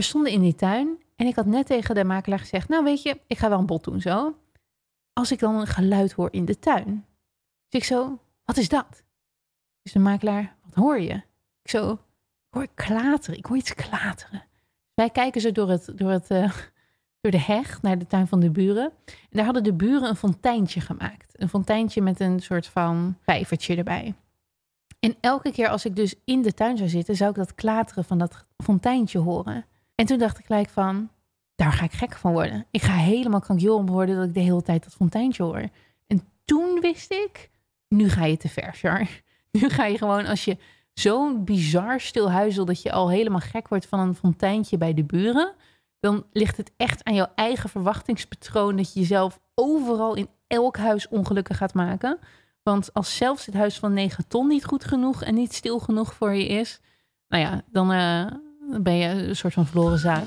We stonden in die tuin en ik had net tegen de makelaar gezegd, nou weet je, ik ga wel een bod doen zo. Als ik dan een geluid hoor in de tuin. Dus ik zo, wat is dat? Dus de makelaar, wat hoor je? Ik zo, ik hoor klateren, ik hoor iets klateren. Wij kijken zo door de heg naar de tuin van de buren. En daar hadden de buren een fonteintje gemaakt. Een fonteintje met een soort van vijvertje erbij. En elke keer als ik dus in de tuin zou zitten, zou ik dat klateren van dat fonteintje horen. En toen dacht ik gelijk van, daar ga ik gek van worden. Ik ga helemaal krankjoren worden dat ik de hele tijd dat fonteintje hoor. En toen wist ik, nu ga je te ver, Char. Nu ga je gewoon, als je zo'n bizar stil huizel dat je al helemaal gek wordt van een fonteintje bij de buren, dan ligt het echt aan jouw eigen verwachtingspatroon dat je jezelf overal in elk huis ongelukkig gaat maken. Want als zelfs het huis van 9 ton niet goed genoeg en niet stil genoeg voor je is, nou ja, dan ben je een soort van verloren zaak.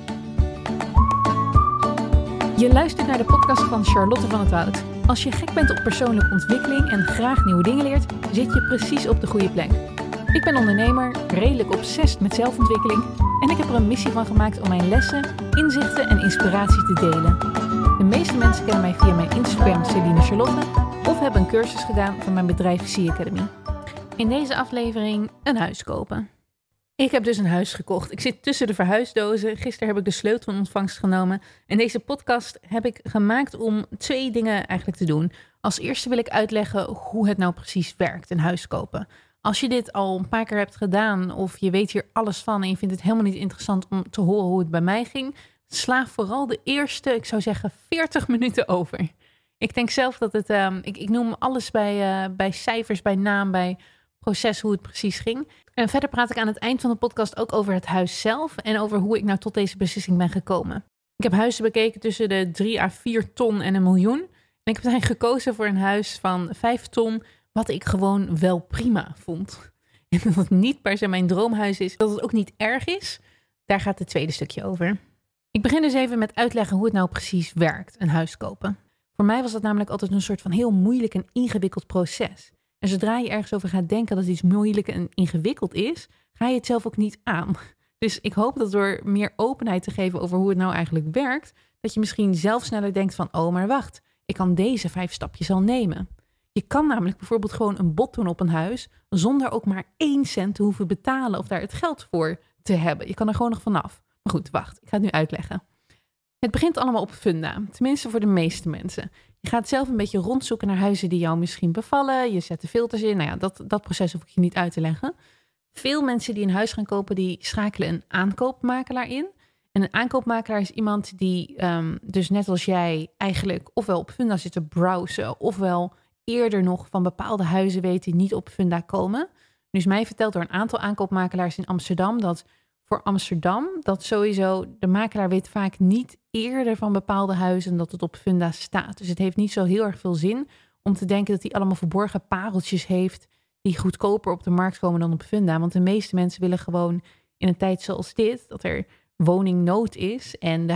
Je luistert naar de podcast van Charlotte van het Woud. Als je gek bent op persoonlijke ontwikkeling en graag nieuwe dingen leert, zit je precies op de goede plek. Ik ben ondernemer, redelijk obsessief met zelfontwikkeling en ik heb er een missie van gemaakt om mijn lessen, inzichten en inspiratie te delen. De meeste mensen kennen mij via mijn Instagram Celine Charlotte of hebben een cursus gedaan van mijn bedrijf Sea Academy. In deze aflevering een huis kopen. Ik heb dus een huis gekocht. Ik zit tussen de verhuisdozen. Gisteren heb ik de sleutel in ontvangst genomen. En deze podcast heb ik gemaakt om 2 dingen eigenlijk te doen. Als eerste wil ik uitleggen hoe het nou precies werkt, een huis kopen. Als je dit al een paar keer hebt gedaan of je weet hier alles van en je vindt het helemaal niet interessant om te horen hoe het bij mij ging, sla vooral de eerste, ik zou zeggen 40 minuten over. Ik denk zelf dat het, ik noem alles bij cijfers, bij naam, bij proces, hoe het precies ging. En verder praat ik aan het eind van de podcast ook over het huis zelf en over hoe ik nou tot deze beslissing ben gekomen. Ik heb huizen bekeken tussen de 3 à 4 ton en 1 miljoen. En ik heb uiteindelijk gekozen voor een huis van 5 ton, wat ik gewoon wel prima vond. En dat het niet per se mijn droomhuis is, dat het ook niet erg is, daar gaat het tweede stukje over. Ik begin dus even met uitleggen hoe het nou precies werkt, een huis kopen. Voor mij was dat namelijk altijd een soort van heel moeilijk en ingewikkeld proces. En zodra je ergens over gaat denken dat iets moeilijk en ingewikkeld is, ga je het zelf ook niet aan. Dus ik hoop dat door meer openheid te geven over hoe het nou eigenlijk werkt, dat je misschien zelf sneller denkt van, oh maar wacht, ik kan deze 5 stapjes al nemen. Je kan namelijk bijvoorbeeld gewoon een bod doen op een huis, zonder ook maar 1 cent te hoeven betalen of daar het geld voor te hebben. Je kan er gewoon nog vanaf. Maar goed, wacht, ik ga het nu uitleggen. Het begint allemaal op funda, tenminste voor de meeste mensen. Je gaat zelf een beetje rondzoeken naar huizen die jou misschien bevallen. Je zet de filters in. Nou ja, dat proces hoef ik je niet uit te leggen. Veel mensen die een huis gaan kopen, die schakelen een aankoopmakelaar in. En een aankoopmakelaar is iemand die dus net als jij eigenlijk ofwel op funda zit te browsen, ofwel eerder nog van bepaalde huizen weet die niet op funda komen. Nu is mij verteld door een aantal aankoopmakelaars in Amsterdam dat voor Amsterdam dat sowieso de makelaar weet vaak niet eerder van bepaalde huizen dat het op funda staat. Dus het heeft niet zo heel erg veel zin om te denken dat hij allemaal verborgen pareltjes heeft die goedkoper op de markt komen dan op funda. Want de meeste mensen willen gewoon in een tijd zoals dit, dat er woningnood is en de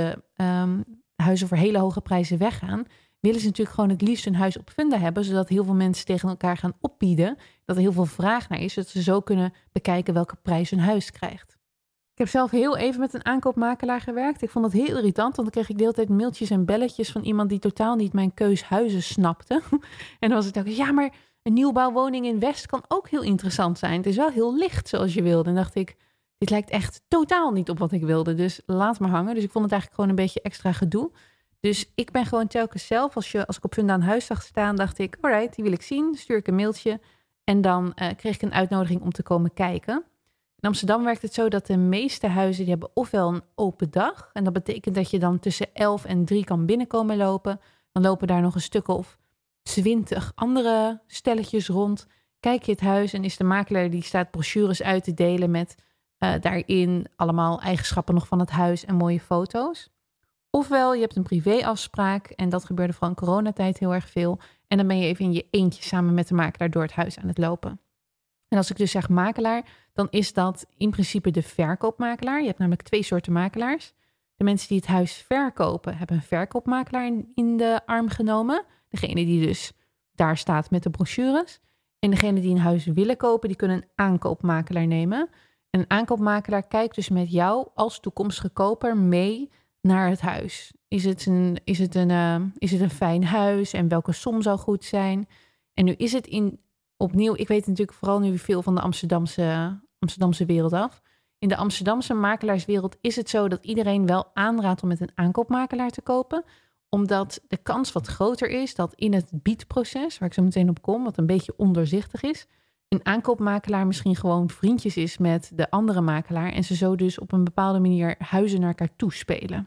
huizen voor hele hoge prijzen weggaan, willen ze natuurlijk gewoon het liefst een huis op funda hebben, zodat heel veel mensen tegen elkaar gaan opbieden, dat er heel veel vraag naar is, zodat ze zo kunnen bekijken welke prijs hun huis krijgt. Ik heb zelf heel even met een aankoopmakelaar gewerkt. Ik vond dat heel irritant, want dan kreeg ik de hele tijd mailtjes en belletjes van iemand die totaal niet mijn keus huizen snapte. En dan was ik dacht, ja, maar een nieuwbouwwoning in West kan ook heel interessant zijn. Het is wel heel licht zoals je wilde. En dacht ik, dit lijkt echt totaal niet op wat ik wilde, dus laat maar hangen. Dus ik vond het eigenlijk gewoon een beetje extra gedoe. Dus ik ben gewoon telkens zelf, als ik op funda een huis zag staan, dacht ik, alright, die wil ik zien. Stuur ik een mailtje en dan kreeg ik een uitnodiging om te komen kijken. In Amsterdam werkt het zo dat de meeste huizen die hebben ofwel een open dag. En dat betekent dat je dan tussen 11 en 3 kan binnenkomen lopen. Dan lopen daar nog een stuk of 20 andere stelletjes rond. Kijk je het huis en is de makelaar die staat brochures uit te delen met daarin allemaal eigenschappen nog van het huis en mooie foto's. Ofwel je hebt een privéafspraak en dat gebeurde vooral in coronatijd heel erg veel. En dan ben je even in je eentje samen met de makelaar door het huis aan het lopen. En als ik dus zeg makelaar, dan is dat in principe de verkoopmakelaar. Je hebt namelijk 2 soorten makelaars. De mensen die het huis verkopen, hebben een verkoopmakelaar in de arm genomen. Degene die dus daar staat met de brochures. En degene die een huis willen kopen, die kunnen een aankoopmakelaar nemen. een aankoopmakelaar kijkt dus met jou als toekomstige koper mee naar het huis. Is het een fijn huis en welke som zou goed zijn? En nu is het opnieuw, ik weet natuurlijk vooral nu veel van de Amsterdamse wereld af. In de Amsterdamse makelaarswereld is het zo dat iedereen wel aanraadt om met een aankoopmakelaar te kopen. Omdat de kans wat groter is dat in het biedproces, waar ik zo meteen op kom, wat een beetje ondoorzichtig is, een aankoopmakelaar misschien gewoon vriendjes is met de andere makelaar en ze zo dus op een bepaalde manier huizen naar elkaar toespelen.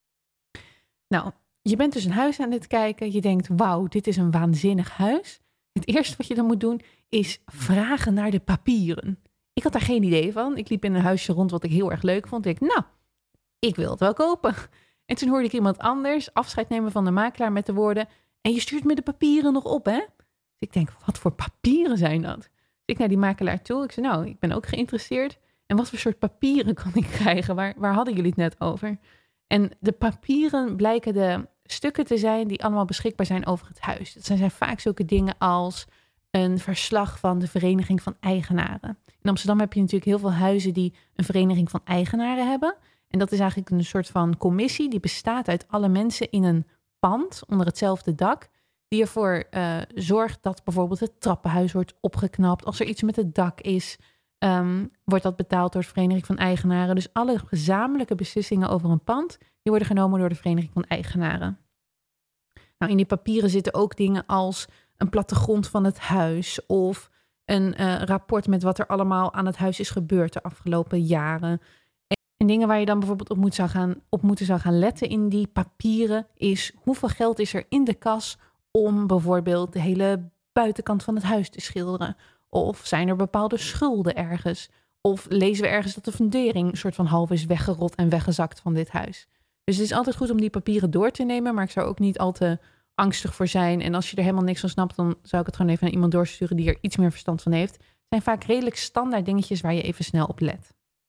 Nou, je bent dus een huis aan het kijken. Je denkt, wauw, dit is een waanzinnig huis. Het eerste wat je dan moet doen is vragen naar de papieren. Ik had daar geen idee van. Ik liep in een huisje rond wat ik heel erg leuk vond. Ik dacht, ik wil het wel kopen. En toen hoorde ik iemand anders afscheid nemen van de makelaar met de woorden, en je stuurt me de papieren nog op, hè? Dus ik denk, wat voor papieren zijn dat? Dus ik naar die makelaar toe. Ik zei, nou, ik ben ook geïnteresseerd. En wat voor soort papieren kan ik krijgen? Waar hadden jullie het net over? En de papieren blijken de stukken te zijn die allemaal beschikbaar zijn over het huis. Dat zijn vaak zulke dingen als een verslag van de Vereniging van Eigenaren. In Amsterdam heb je natuurlijk heel veel huizen die een Vereniging van Eigenaren hebben. En dat is eigenlijk een soort van commissie die bestaat uit alle mensen in een pand onder hetzelfde dak, die ervoor zorgt dat bijvoorbeeld het trappenhuis wordt opgeknapt. Als er iets met het dak is, wordt dat betaald door de Vereniging van Eigenaren. Dus alle gezamenlijke beslissingen over een pand, die worden genomen door de Vereniging van Eigenaren. Nou, in die papieren zitten ook dingen als een plattegrond van het huis of een rapport met wat er allemaal aan het huis is gebeurd de afgelopen jaren. En dingen waar je dan bijvoorbeeld op moeten gaan letten in die papieren is hoeveel geld is er in de kas om bijvoorbeeld de hele buitenkant van het huis te schilderen. Of zijn er bepaalde schulden ergens? Of lezen we ergens dat de fundering een soort van half is weggerot en weggezakt van dit huis? Dus het is altijd goed om die papieren door te nemen, maar ik zou ook niet al te angstig voor zijn. En als je er helemaal niks van snapt, dan zou ik het gewoon even naar iemand doorsturen die er iets meer verstand van heeft. Het zijn vaak redelijk standaard dingetjes waar je even snel op let.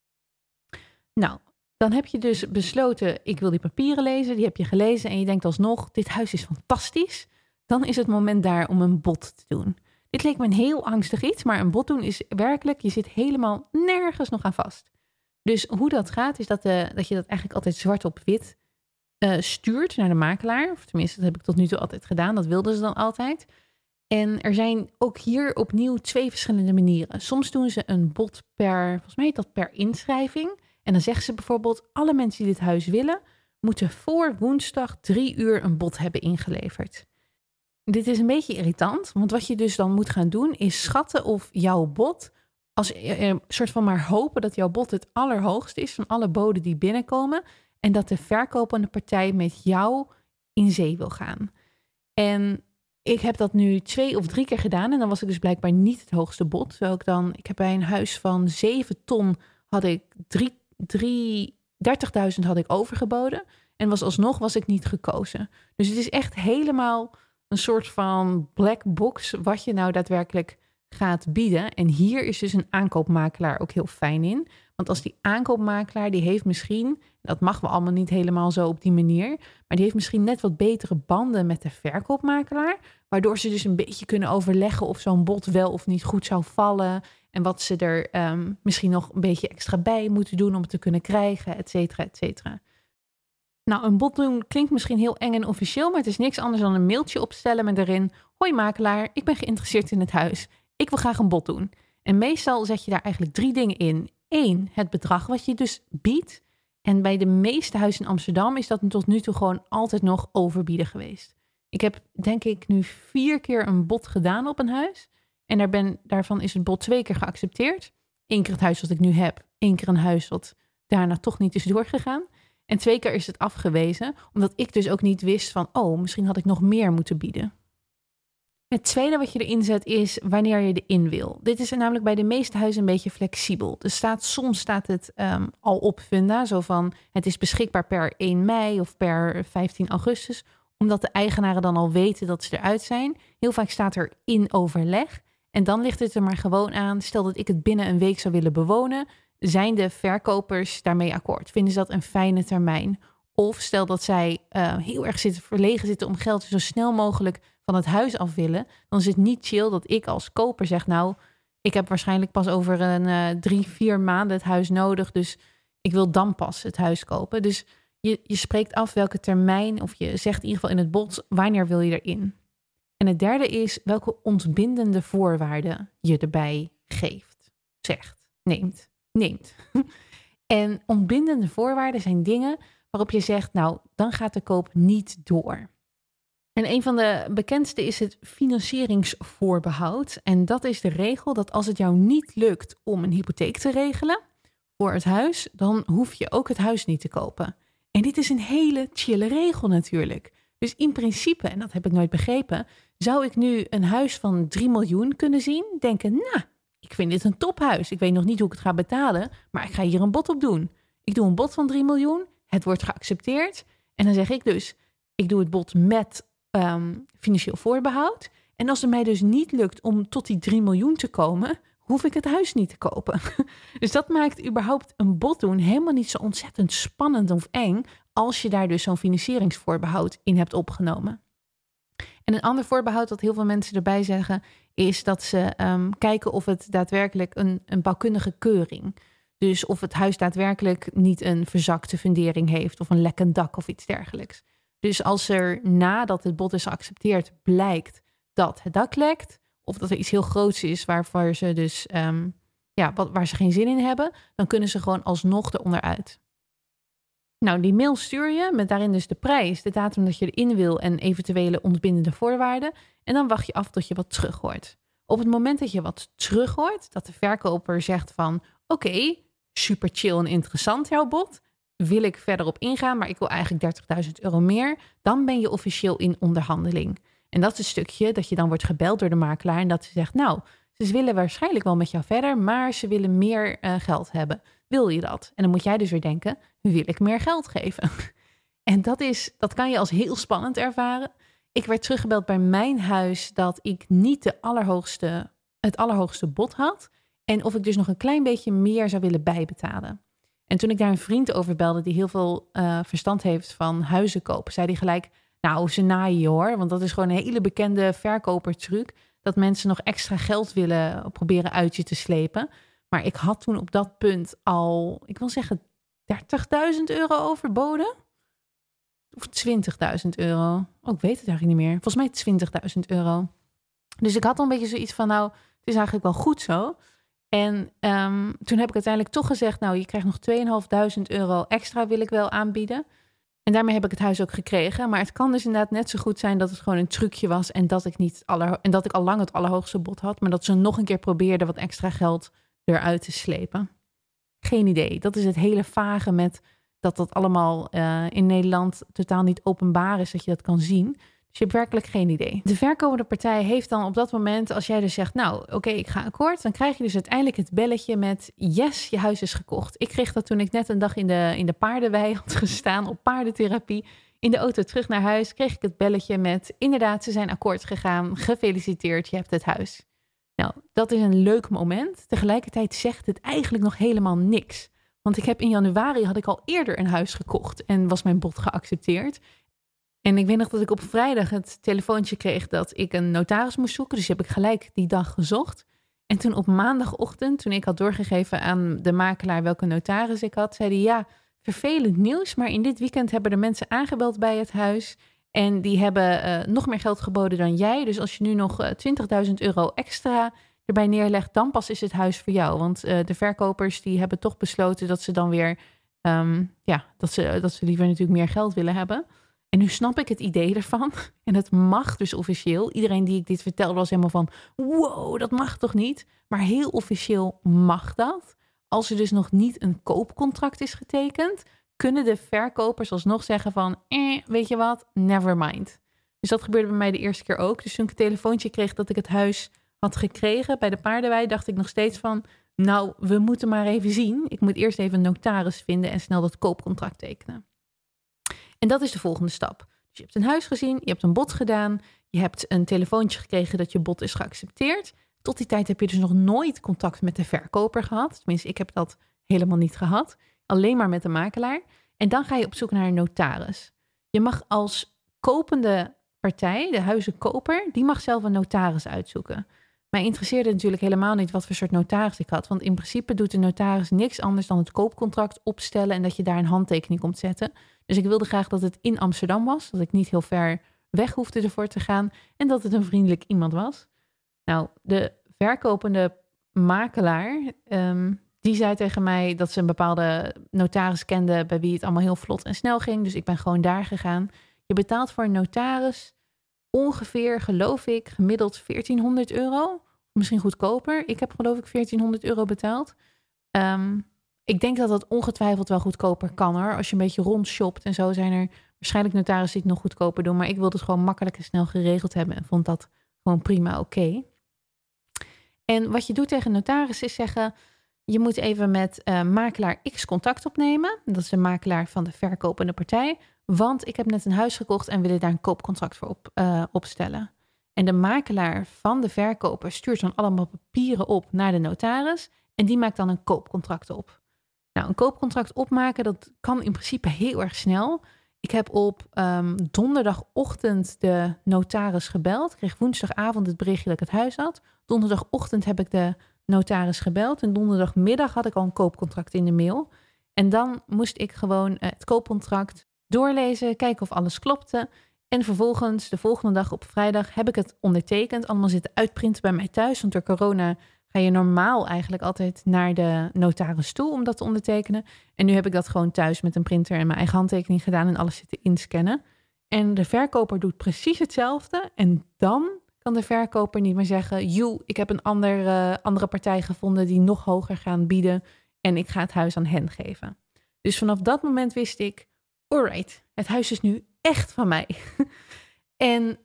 Nou, dan heb je dus besloten, ik wil die papieren lezen. Die heb je gelezen en je denkt alsnog, dit huis is fantastisch. Dan is het moment daar om een bod te doen. Dit leek me een heel angstig iets, maar een bod doen is werkelijk, je zit helemaal nergens nog aan vast. Dus hoe dat gaat, is dat je dat eigenlijk altijd zwart op wit stuurt naar de makelaar. Of tenminste, dat heb ik tot nu toe altijd gedaan. Dat wilden ze dan altijd. En er zijn ook hier opnieuw 2 verschillende manieren. Soms doen ze een bod volgens mij heet dat per inschrijving. En dan zeggen ze bijvoorbeeld, alle mensen die dit huis willen, moeten voor woensdag 3 uur een bod hebben ingeleverd. Dit is een beetje irritant, want wat je dus dan moet gaan doen, is schatten of jouw bod, als een soort van maar hopen dat jouw bod het allerhoogste is van alle boden die binnenkomen en dat de verkopende partij met jou in zee wil gaan. En ik heb dat nu 2 of 3 keer gedaan en dan was ik dus blijkbaar niet het hoogste bod. Ik heb bij een huis van 7 ton had ik 30.000 had ik overgeboden en alsnog was ik niet gekozen. Dus het is echt helemaal een soort van black box wat je nou daadwerkelijk gaat bieden. En hier is dus een aankoopmakelaar ook heel fijn in. Want als die aankoopmakelaar, die heeft misschien, dat mag wel allemaal niet helemaal zo op die manier, maar die heeft misschien net wat betere banden met de verkoopmakelaar, waardoor ze dus een beetje kunnen overleggen of zo'n bod wel of niet goed zou vallen en wat ze er misschien nog een beetje extra bij moeten doen om het te kunnen krijgen, et cetera, et cetera. Nou, een bod doen klinkt misschien heel eng en officieel, maar het is niks anders dan een mailtje opstellen met erin: hoi makelaar, ik ben geïnteresseerd in het huis. Ik wil graag een bod doen. En meestal zet je daar eigenlijk 3 dingen in. 1, het bedrag wat je dus biedt. En bij de meeste huizen in Amsterdam is dat tot nu toe gewoon altijd nog overbieden geweest. Ik heb denk ik nu 4 keer een bod gedaan op een huis. En daarvan is het bod 2 keer geaccepteerd. 1 keer het huis wat ik nu heb. 1 keer een huis wat daarna toch niet is doorgegaan. En 2 keer is het afgewezen, omdat ik dus ook niet wist van, misschien had ik nog meer moeten bieden. Het tweede wat je erin zet is wanneer je erin wil. Dit is namelijk bij de meeste huizen een beetje flexibel. Soms staat het al op Funda, zo van het is beschikbaar per 1 mei of per 15 augustus, omdat de eigenaren dan al weten dat ze eruit zijn. Heel vaak staat er in overleg en dan ligt het er maar gewoon aan. Stel dat ik het binnen een week zou willen bewonen, zijn de verkopers daarmee akkoord? Vinden ze dat een fijne termijn? Of stel dat zij heel erg verlegen zitten om geld zo snel mogelijk van het huis af willen, dan is het niet chill dat ik als koper zeg, nou, ik heb waarschijnlijk pas over een 3-4 maanden het huis nodig. Dus ik wil dan pas het huis kopen. Dus je spreekt af welke termijn, of je zegt in ieder geval in het bod, wanneer wil je erin. En het derde is welke ontbindende voorwaarden je erbij geeft, zegt, neemt. En ontbindende voorwaarden zijn dingen waarop je zegt, nou, dan gaat de koop niet door. En een van de bekendste is het financieringsvoorbehoud. En dat is de regel dat als het jou niet lukt om een hypotheek te regelen voor het huis, dan hoef je ook het huis niet te kopen. En dit is een hele chille regel natuurlijk. Dus in principe, en dat heb ik nooit begrepen, zou ik nu een huis van 3 miljoen kunnen zien, denken, nou, ik vind dit een tophuis. Ik weet nog niet hoe ik het ga betalen, maar ik ga hier een bod op doen. Ik doe een bod van 3 miljoen, het wordt geaccepteerd. En dan zeg ik dus, ik doe het bod met financieel voorbehoud. En als het mij dus niet lukt om tot die 3 miljoen te komen, hoef ik het huis niet te kopen. Dus dat maakt überhaupt een bod doen helemaal niet zo ontzettend spannend of eng, als je daar dus zo'n financieringsvoorbehoud in hebt opgenomen. En een ander voorbehoud dat heel veel mensen erbij zeggen, is dat ze kijken of het daadwerkelijk een bouwkundige keuring. Dus of het huis daadwerkelijk niet een verzakte fundering heeft of een lekkend dak of iets dergelijks. Dus als er nadat het bod is geaccepteerd blijkt dat het dak lekt, of dat er iets heel groots is waarvoor ze dus waar ze geen zin in hebben, dan kunnen ze gewoon alsnog eronder uit. Nou, die mail stuur je met daarin dus de prijs, de datum dat je erin wil en eventuele ontbindende voorwaarden. En dan wacht je af tot je wat terug hoort. Op het moment dat je wat terug hoort, dat de verkoper zegt van oké, super chill en interessant jouw bod, wil ik verder op ingaan, maar ik wil eigenlijk €30.000 meer, dan ben je officieel in onderhandeling. En dat is het stukje dat je dan wordt gebeld door de makelaar en dat ze zegt, nou, ze willen waarschijnlijk wel met jou verder, maar ze willen meer geld hebben. Wil je dat? En dan moet jij dus weer denken, wil ik meer geld geven? En dat kan je als heel spannend ervaren. Ik werd teruggebeld bij mijn huis dat ik niet het allerhoogste bod had. En of ik dus nog een klein beetje meer zou willen bijbetalen. En toen ik daar een vriend over belde die heel veel verstand heeft van huizen kopen, zei hij gelijk, nou, ze naaien je hoor. Want dat is gewoon een hele bekende verkopertruc. Dat mensen nog extra geld willen proberen uit je te slepen. Maar ik had toen op dat punt al, ik wil zeggen, €30.000 overboden. Of €20.000. Oh, ik weet het eigenlijk niet meer. Volgens mij €20.000. Dus ik had al een beetje zoiets van, nou, het is eigenlijk wel goed zo. En toen heb ik uiteindelijk toch gezegd, nou, je krijgt nog €2.500 extra wil ik wel aanbieden. En daarmee heb ik het huis ook gekregen. Maar het kan dus inderdaad net zo goed zijn dat het gewoon een trucje was en dat ik al lang het allerhoogste bod had, maar dat ze nog een keer probeerden wat extra geld eruit te slepen. Geen idee. Dat is het hele vage met dat allemaal in Nederland totaal niet openbaar is, dat je dat kan zien. Dus je hebt werkelijk geen idee. De verkopende partij heeft dan op dat moment, als jij dus zegt, nou oké, ik ga akkoord, dan krijg je dus uiteindelijk het belletje met yes, je huis is gekocht. Ik kreeg dat toen ik net een dag in de paardenwei had gestaan op paardentherapie. In de auto terug naar huis kreeg ik het belletje met inderdaad, ze zijn akkoord gegaan. Gefeliciteerd, je hebt het huis. Nou, dat is een leuk moment. Tegelijkertijd zegt het eigenlijk nog helemaal niks. Want in januari had ik al eerder een huis gekocht en was mijn bod geaccepteerd. En ik weet nog dat ik op vrijdag het telefoontje kreeg dat ik een notaris moest zoeken. Dus die heb ik gelijk die dag gezocht. En toen op maandagochtend, toen ik had doorgegeven aan de makelaar welke notaris ik had, zei hij, ja, vervelend nieuws, maar in dit weekend hebben er mensen aangebeld bij het huis en die hebben nog meer geld geboden dan jij. Dus als je nu nog €20.000 extra erbij neerlegt, dan pas is het huis voor jou. Want de verkopers die hebben toch besloten dat ze dan weer, dat ze liever natuurlijk meer geld willen hebben. En nu snap ik het idee ervan. En het mag dus officieel. Iedereen die ik dit vertelde was helemaal van, wow, dat mag toch niet? Maar heel officieel mag dat. Als er dus nog niet een koopcontract is getekend, kunnen de verkopers alsnog zeggen van, weet je wat, never mind. Dus dat gebeurde bij mij de eerste keer ook. Dus toen ik het telefoontje kreeg dat ik het huis had gekregen bij de paardenwei, dacht ik nog steeds van, nou, we moeten maar even zien. Ik moet eerst even een notaris vinden en snel dat koopcontract tekenen. En dat is de volgende stap. Dus je hebt een huis gezien, je hebt een bod gedaan, je hebt een telefoontje gekregen dat je bod is geaccepteerd. Tot die tijd heb je dus nog nooit contact met de verkoper gehad. Tenminste, ik heb dat helemaal niet gehad. Alleen maar met de makelaar. En dan ga je op zoek naar een notaris. Je mag als kopende partij, de huizenkoper, die mag zelf een notaris uitzoeken. Mij interesseerde natuurlijk helemaal niet wat voor soort notaris ik had. Want in principe doet de notaris niks anders dan het koopcontract opstellen en dat je daar een handtekening komt zetten. Dus ik wilde graag dat het in Amsterdam was. Dat ik niet heel ver weg hoefde ervoor te gaan. En dat het een vriendelijk iemand was. Nou, de verkopende makelaar, die zei tegen mij dat ze een bepaalde notaris kende bij wie het allemaal heel vlot en snel ging. Dus ik ben gewoon daar gegaan. Je betaalt voor een notaris ongeveer, geloof ik, gemiddeld €1400. Misschien goedkoper. Ik heb geloof ik €1400 betaald. Ik denk dat dat ongetwijfeld wel goedkoper kan hoor. Als je een beetje rondshopt en zo zijn er waarschijnlijk notarissen die het nog goedkoper doen. Maar ik wilde het gewoon makkelijk en snel geregeld hebben en vond dat gewoon prima oké. En wat je doet tegen een notaris is zeggen, je moet even met makelaar X contact opnemen. Dat is de makelaar van de verkopende partij. Want ik heb net een huis gekocht en wil daar een koopcontract voor opstellen. En de makelaar van de verkoper stuurt dan allemaal papieren op naar de notaris. En die maakt dan een koopcontract op. Nou, een koopcontract opmaken, dat kan in principe heel erg snel. Ik heb op donderdagochtend de notaris gebeld. Ik kreeg woensdagavond het berichtje dat ik het huis had. Donderdagochtend heb ik de notaris gebeld. En donderdagmiddag had ik al een koopcontract in de mail. En dan moest ik gewoon het koopcontract doorlezen, kijken of alles klopte. En vervolgens, de volgende dag op vrijdag, heb ik het ondertekend. Allemaal zitten uitprinten bij mij thuis. Want door corona ga je normaal eigenlijk altijd naar de notaris toe om dat te ondertekenen. En nu heb ik dat gewoon thuis met een printer en mijn eigen handtekening gedaan en alles zitten inscannen. En de verkoper doet precies hetzelfde. En dan kan de verkoper niet meer zeggen, joe, ik heb een andere partij gevonden die nog hoger gaan bieden en ik ga het huis aan hen geven. Dus vanaf dat moment wist ik, alright, het huis is nu echt van mij. En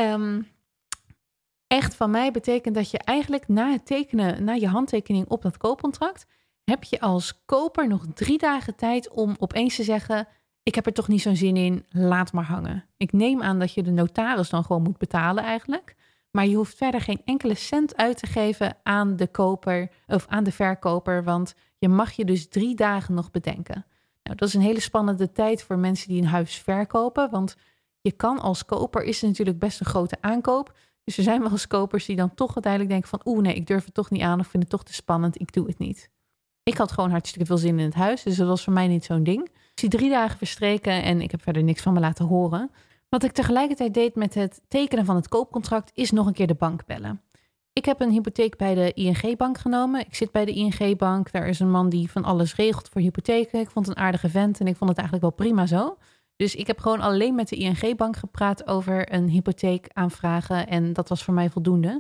echt van mij betekent dat je eigenlijk na het tekenen, na je handtekening op dat koopcontract, heb je als koper nog 3 dagen tijd om opeens te zeggen, ik heb er toch niet zo'n zin in, laat maar hangen. Ik neem aan dat je de notaris dan gewoon moet betalen eigenlijk. Maar je hoeft verder geen enkele cent uit te geven aan de koper of aan de verkoper, want je mag je dus 3 dagen nog bedenken. Nou, dat is een hele spannende tijd voor mensen die een huis verkopen, want je kan als koper, is het natuurlijk best een grote aankoop. Dus er zijn wel eens kopers die dan toch uiteindelijk denken van, nee, ik durf het toch niet aan of vind het toch te spannend, ik doe het niet. Ik had gewoon hartstikke veel zin in het huis, dus dat was voor mij niet zo'n ding. Dus die 3 dagen verstreken en ik heb verder niks van me laten horen. Wat ik tegelijkertijd deed met het tekenen van het koopcontract is nog een keer de bank bellen. Ik heb een hypotheek bij de ING-bank genomen. Ik zit bij de ING-bank. Daar is een man die van alles regelt voor hypotheken. Ik vond het een aardige vent en ik vond het eigenlijk wel prima zo. Dus ik heb gewoon alleen met de ING-bank gepraat over een hypotheek aanvragen. En dat was voor mij voldoende.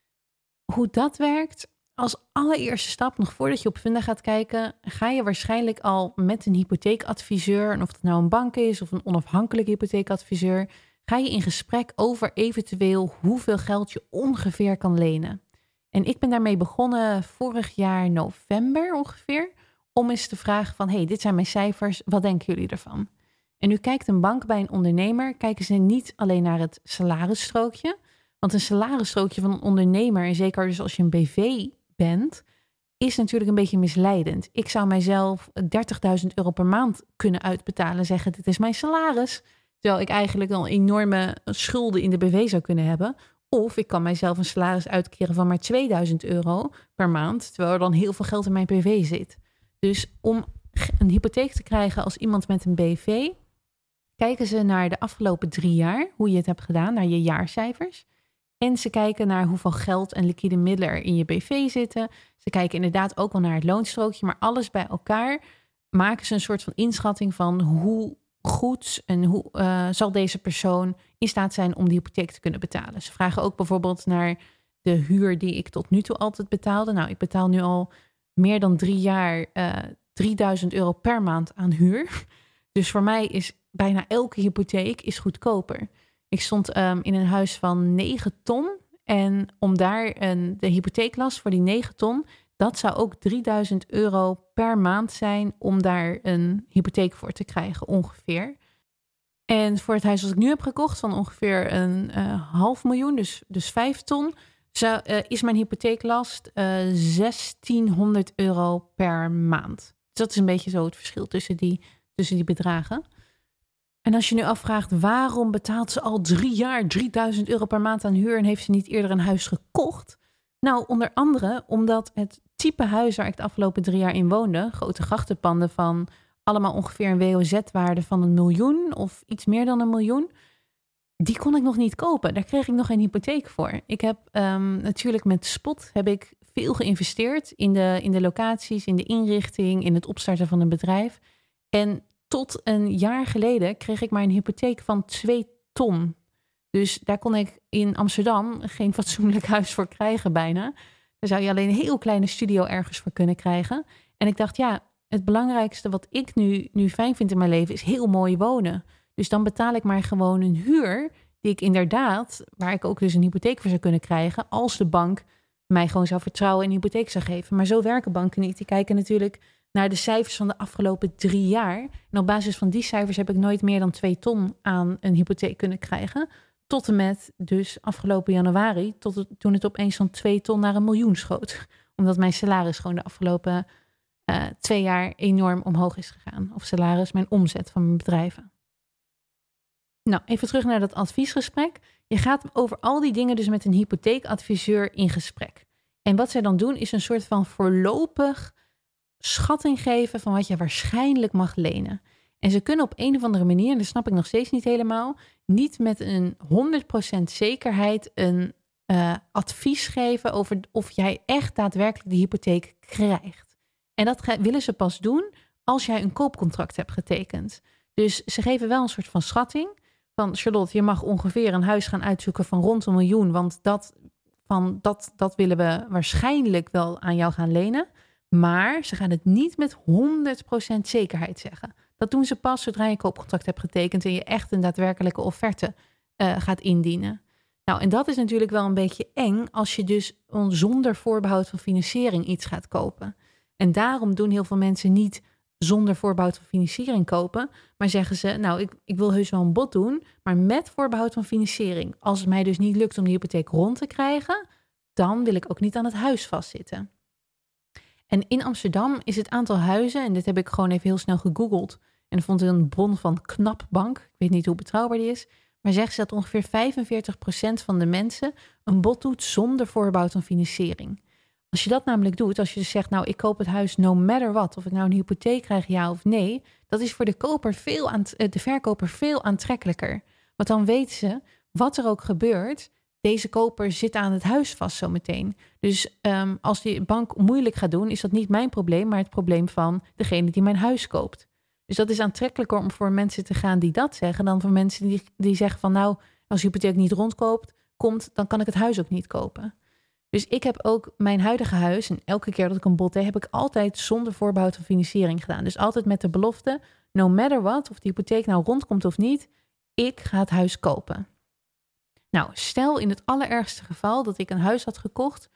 Hoe dat werkt, als allereerste stap, nog voordat je op Funda gaat kijken, ga je waarschijnlijk al met een hypotheekadviseur, en of het nou een bank is of een onafhankelijke hypotheekadviseur, ga je in gesprek over eventueel hoeveel geld je ongeveer kan lenen. En ik ben daarmee begonnen vorig jaar november ongeveer, om eens te vragen van, dit zijn mijn cijfers, wat denken jullie ervan? En nu kijkt een bank bij een ondernemer, kijken ze niet alleen naar het salarisstrookje, want een salarisstrookje van een ondernemer, en zeker dus als je een BV bent, is natuurlijk een beetje misleidend. Ik zou mijzelf €30.000 per maand kunnen uitbetalen en zeggen, dit is mijn salaris. Terwijl ik eigenlijk al enorme schulden in de BV zou kunnen hebben. Of ik kan mijzelf een salaris uitkeren van maar €2.000 per maand, terwijl er dan heel veel geld in mijn BV zit. Dus om een hypotheek te krijgen als iemand met een BV, kijken ze naar de afgelopen 3 jaar, hoe je het hebt gedaan, naar je jaarcijfers. En ze kijken naar hoeveel geld en liquide middelen er in je BV zitten. Ze kijken inderdaad ook wel naar het loonstrookje, maar alles bij elkaar maken ze een soort van inschatting van hoe goed en hoe zal deze persoon in staat zijn om die hypotheek te kunnen betalen. Ze vragen ook bijvoorbeeld naar de huur die ik tot nu toe altijd betaalde. Nou, ik betaal nu al meer dan 3 jaar €3.000 per maand aan huur. Dus voor mij is bijna elke hypotheek is goedkoper. Ik stond in een huis van 9 ton. En om daar de hypotheeklast voor die 9 ton, dat zou ook €3.000 per maand zijn om daar een hypotheek voor te krijgen ongeveer. En voor het huis dat ik nu heb gekocht van ongeveer een $500.000, dus 5 ton, is mijn hypotheeklast €1.600 per maand. Dus dat is een beetje zo het verschil tussen die bedragen. En als je nu afvraagt, waarom betaalt ze al 3 jaar €3.000 per maand aan huur en heeft ze niet eerder een huis gekocht? Nou, onder andere omdat het type huis waar ik de afgelopen 3 jaar in woonde, grote grachtenpanden van allemaal ongeveer een WOZ-waarde van 1 miljoen of iets meer dan 1 miljoen, die kon ik nog niet kopen. Daar kreeg ik nog geen hypotheek voor. Ik heb natuurlijk met Spot heb ik veel geïnvesteerd in de locaties, in de inrichting, in het opstarten van een bedrijf. En tot een jaar geleden kreeg ik maar een hypotheek van 2 ton. Dus daar kon ik in Amsterdam geen fatsoenlijk huis voor krijgen bijna. Daar zou je alleen een heel kleine studio ergens voor kunnen krijgen. En ik dacht, ja, het belangrijkste wat ik nu fijn vind in mijn leven is heel mooi wonen. Dus dan betaal ik maar gewoon een huur die ik inderdaad, waar ik ook dus een hypotheek voor zou kunnen krijgen, als de bank mij gewoon zou vertrouwen en een hypotheek zou geven. Maar zo werken banken niet. Die kijken natuurlijk naar de cijfers van de afgelopen 3 jaar. En op basis van die cijfers heb ik nooit meer dan 2 ton aan een hypotheek kunnen krijgen. Tot en met dus afgelopen januari, toen het opeens van 2 ton naar 1 miljoen schoot. Omdat mijn salaris gewoon de afgelopen 2 jaar enorm omhoog is gegaan. Of salaris, mijn omzet van mijn bedrijven. Nou, even terug naar dat adviesgesprek. Je gaat over al die dingen dus met een hypotheekadviseur in gesprek. En wat zij dan doen is een soort van voorlopig schatting geven van wat je waarschijnlijk mag lenen. En ze kunnen op een of andere manier, en dat snap ik nog steeds niet helemaal, niet met een 100% zekerheid een advies geven over of jij echt daadwerkelijk de hypotheek krijgt. En dat willen ze pas doen als jij een koopcontract hebt getekend. Dus ze geven wel een soort van schatting van Charlotte, je mag ongeveer een huis gaan uitzoeken van rond 1 miljoen, want dat willen we waarschijnlijk wel aan jou gaan lenen. Maar ze gaan het niet met 100% zekerheid zeggen. Dat doen ze pas zodra je een koopcontract hebt getekend en je echt een daadwerkelijke offerte gaat indienen. Nou, en dat is natuurlijk wel een beetje eng als je dus zonder voorbehoud van financiering iets gaat kopen. En daarom doen heel veel mensen niet zonder voorbehoud van financiering kopen, maar zeggen ze, nou, ik wil heus wel een bod doen, maar met voorbehoud van financiering. Als het mij dus niet lukt om die hypotheek rond te krijgen, dan wil ik ook niet aan het huis vastzitten. En in Amsterdam is het aantal huizen, en dit heb ik gewoon even heel snel gegoogeld en vond ik een bron van Knapbank, ik weet niet hoe betrouwbaar die is, maar zeggen ze dat ongeveer 45% van de mensen een bod doet zonder voorbehoud van financiering. Als je dat namelijk doet, als je dus zegt, nou, ik koop het huis no matter what, of ik nou een hypotheek krijg, ja of nee, dat is voor de verkoper veel aantrekkelijker. Want dan weten ze, wat er ook gebeurt, deze koper zit aan het huis vast zometeen. Dus als die bank moeilijk gaat doen, is dat niet mijn probleem, maar het probleem van degene die mijn huis koopt. Dus dat is aantrekkelijker om voor mensen te gaan die dat zeggen, dan voor mensen die zeggen van, nou, als de hypotheek niet komt, dan kan ik het huis ook niet kopen. Dus ik heb ook mijn huidige huis, en elke keer dat ik een bod heb, heb ik altijd zonder voorbehoud van financiering gedaan. Dus altijd met de belofte, no matter what, of de hypotheek nou rondkomt of niet, ik ga het huis kopen. Nou, stel in het allerergste geval dat ik een huis had gekocht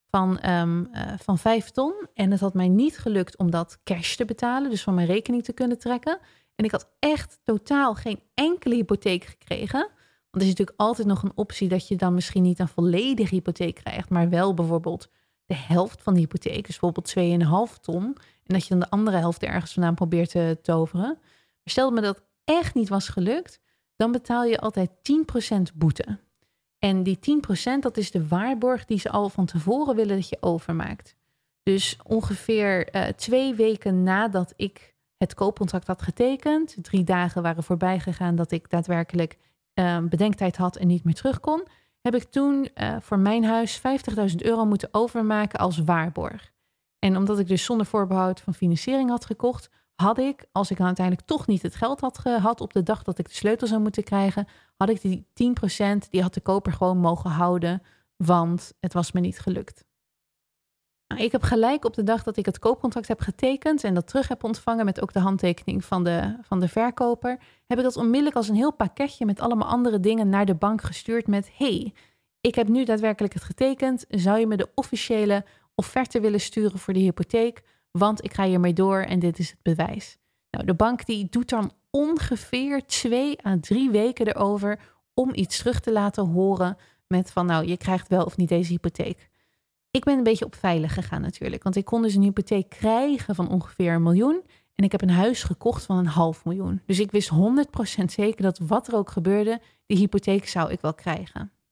van 5 ton en het had mij niet gelukt om dat cash te betalen, dus van mijn rekening te kunnen trekken. En ik had echt totaal geen enkele hypotheek gekregen. Want er is natuurlijk altijd nog een optie dat je dan misschien niet een volledige hypotheek krijgt, maar wel bijvoorbeeld de helft van de hypotheek, dus bijvoorbeeld 2,5 ton. En dat je dan de andere helft ergens vandaan probeert te toveren. Maar stel me dat echt niet was gelukt, dan betaal je altijd 10% boete. En die 10%, dat is de waarborg die ze al van tevoren willen dat je overmaakt. Dus ongeveer 2 weken nadat ik het koopcontract had getekend, 3 dagen waren voorbij gegaan dat ik daadwerkelijk bedenktijd had en niet meer terug kon, heb ik toen voor mijn huis €50.000 moeten overmaken als waarborg. En omdat ik dus zonder voorbehoud van financiering had gekocht, had ik, als ik dan uiteindelijk toch niet het geld had gehad op de dag dat ik de sleutel zou moeten krijgen, had ik die 10%, die had de koper gewoon mogen houden, want het was me niet gelukt. Nou, ik heb gelijk op de dag dat ik het koopcontract heb getekend en dat terug heb ontvangen met ook de handtekening van de verkoper, heb ik dat onmiddellijk als een heel pakketje met allemaal andere dingen naar de bank gestuurd met, hey, ik heb nu daadwerkelijk het getekend, zou je me de officiële offerte willen sturen voor de hypotheek, want ik ga hiermee door en dit is het bewijs. Nou, de bank die doet dan ongeveer 2 à 3 weken erover om iets terug te laten horen met van, nou, je krijgt wel of niet deze hypotheek. Ik ben een beetje op veilig gegaan natuurlijk, want ik kon dus een hypotheek krijgen van ongeveer 1 miljoen en ik heb een huis gekocht van 500.000. Dus ik wist 100% zeker dat wat er ook gebeurde, die hypotheek zou ik wel krijgen.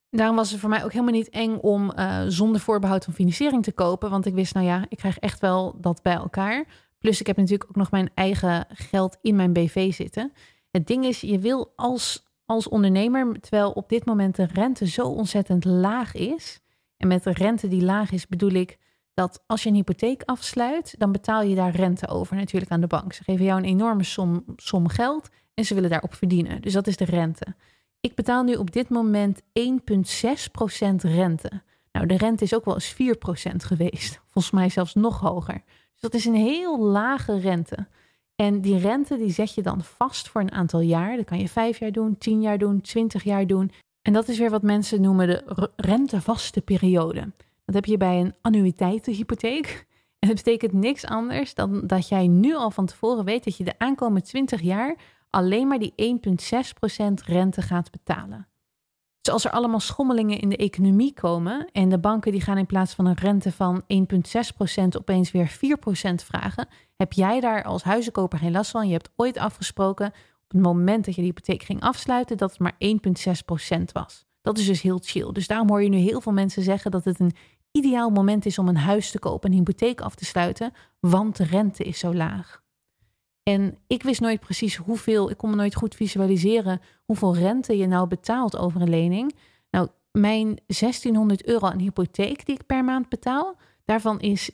Daarom was het voor mij ook helemaal niet eng om zonder voorbehoud van financiering te kopen. Want ik wist, ik krijg echt wel dat bij elkaar. Plus ik heb natuurlijk ook nog mijn eigen geld in mijn BV zitten. Het ding is, je wil als ondernemer, terwijl op dit moment de rente zo ontzettend laag is. En met de rente die laag is bedoel ik dat als je een hypotheek afsluit, dan betaal je daar rente over natuurlijk aan de bank. Ze geven jou een enorme som geld en ze willen daarop verdienen. Dus dat is de rente. Ik betaal nu op dit moment 1,6% rente. Nou, de rente is ook wel eens 4% geweest. Volgens mij zelfs nog hoger. Dus dat is een heel lage rente. En die rente die zet je dan vast voor een aantal jaar. Dat kan je 5 jaar doen, 10 jaar doen, 20 jaar doen. En dat is weer wat mensen noemen de rentevaste periode. Dat heb je bij een annuïteitenhypotheek. En dat betekent niks anders dan dat jij nu al van tevoren weet dat je de aankomende 20 jaar alleen maar die 1,6% rente gaat betalen. Dus als er allemaal schommelingen in de economie komen en de banken die gaan in plaats van een rente van 1,6% opeens weer 4% vragen, heb jij daar als huizenkoper geen last van. Je hebt ooit afgesproken op het moment dat je de hypotheek ging afsluiten dat het maar 1,6% was. Dat is dus heel chill. Dus daarom hoor je nu heel veel mensen zeggen dat het een ideaal moment is om een huis te kopen, een hypotheek af te sluiten, want de rente is zo laag. En ik wist nooit precies hoeveel, ik kon me nooit goed visualiseren hoeveel rente je nou betaalt over een lening. Nou, mijn €1.600 aan hypotheek die ik per maand betaal, daarvan is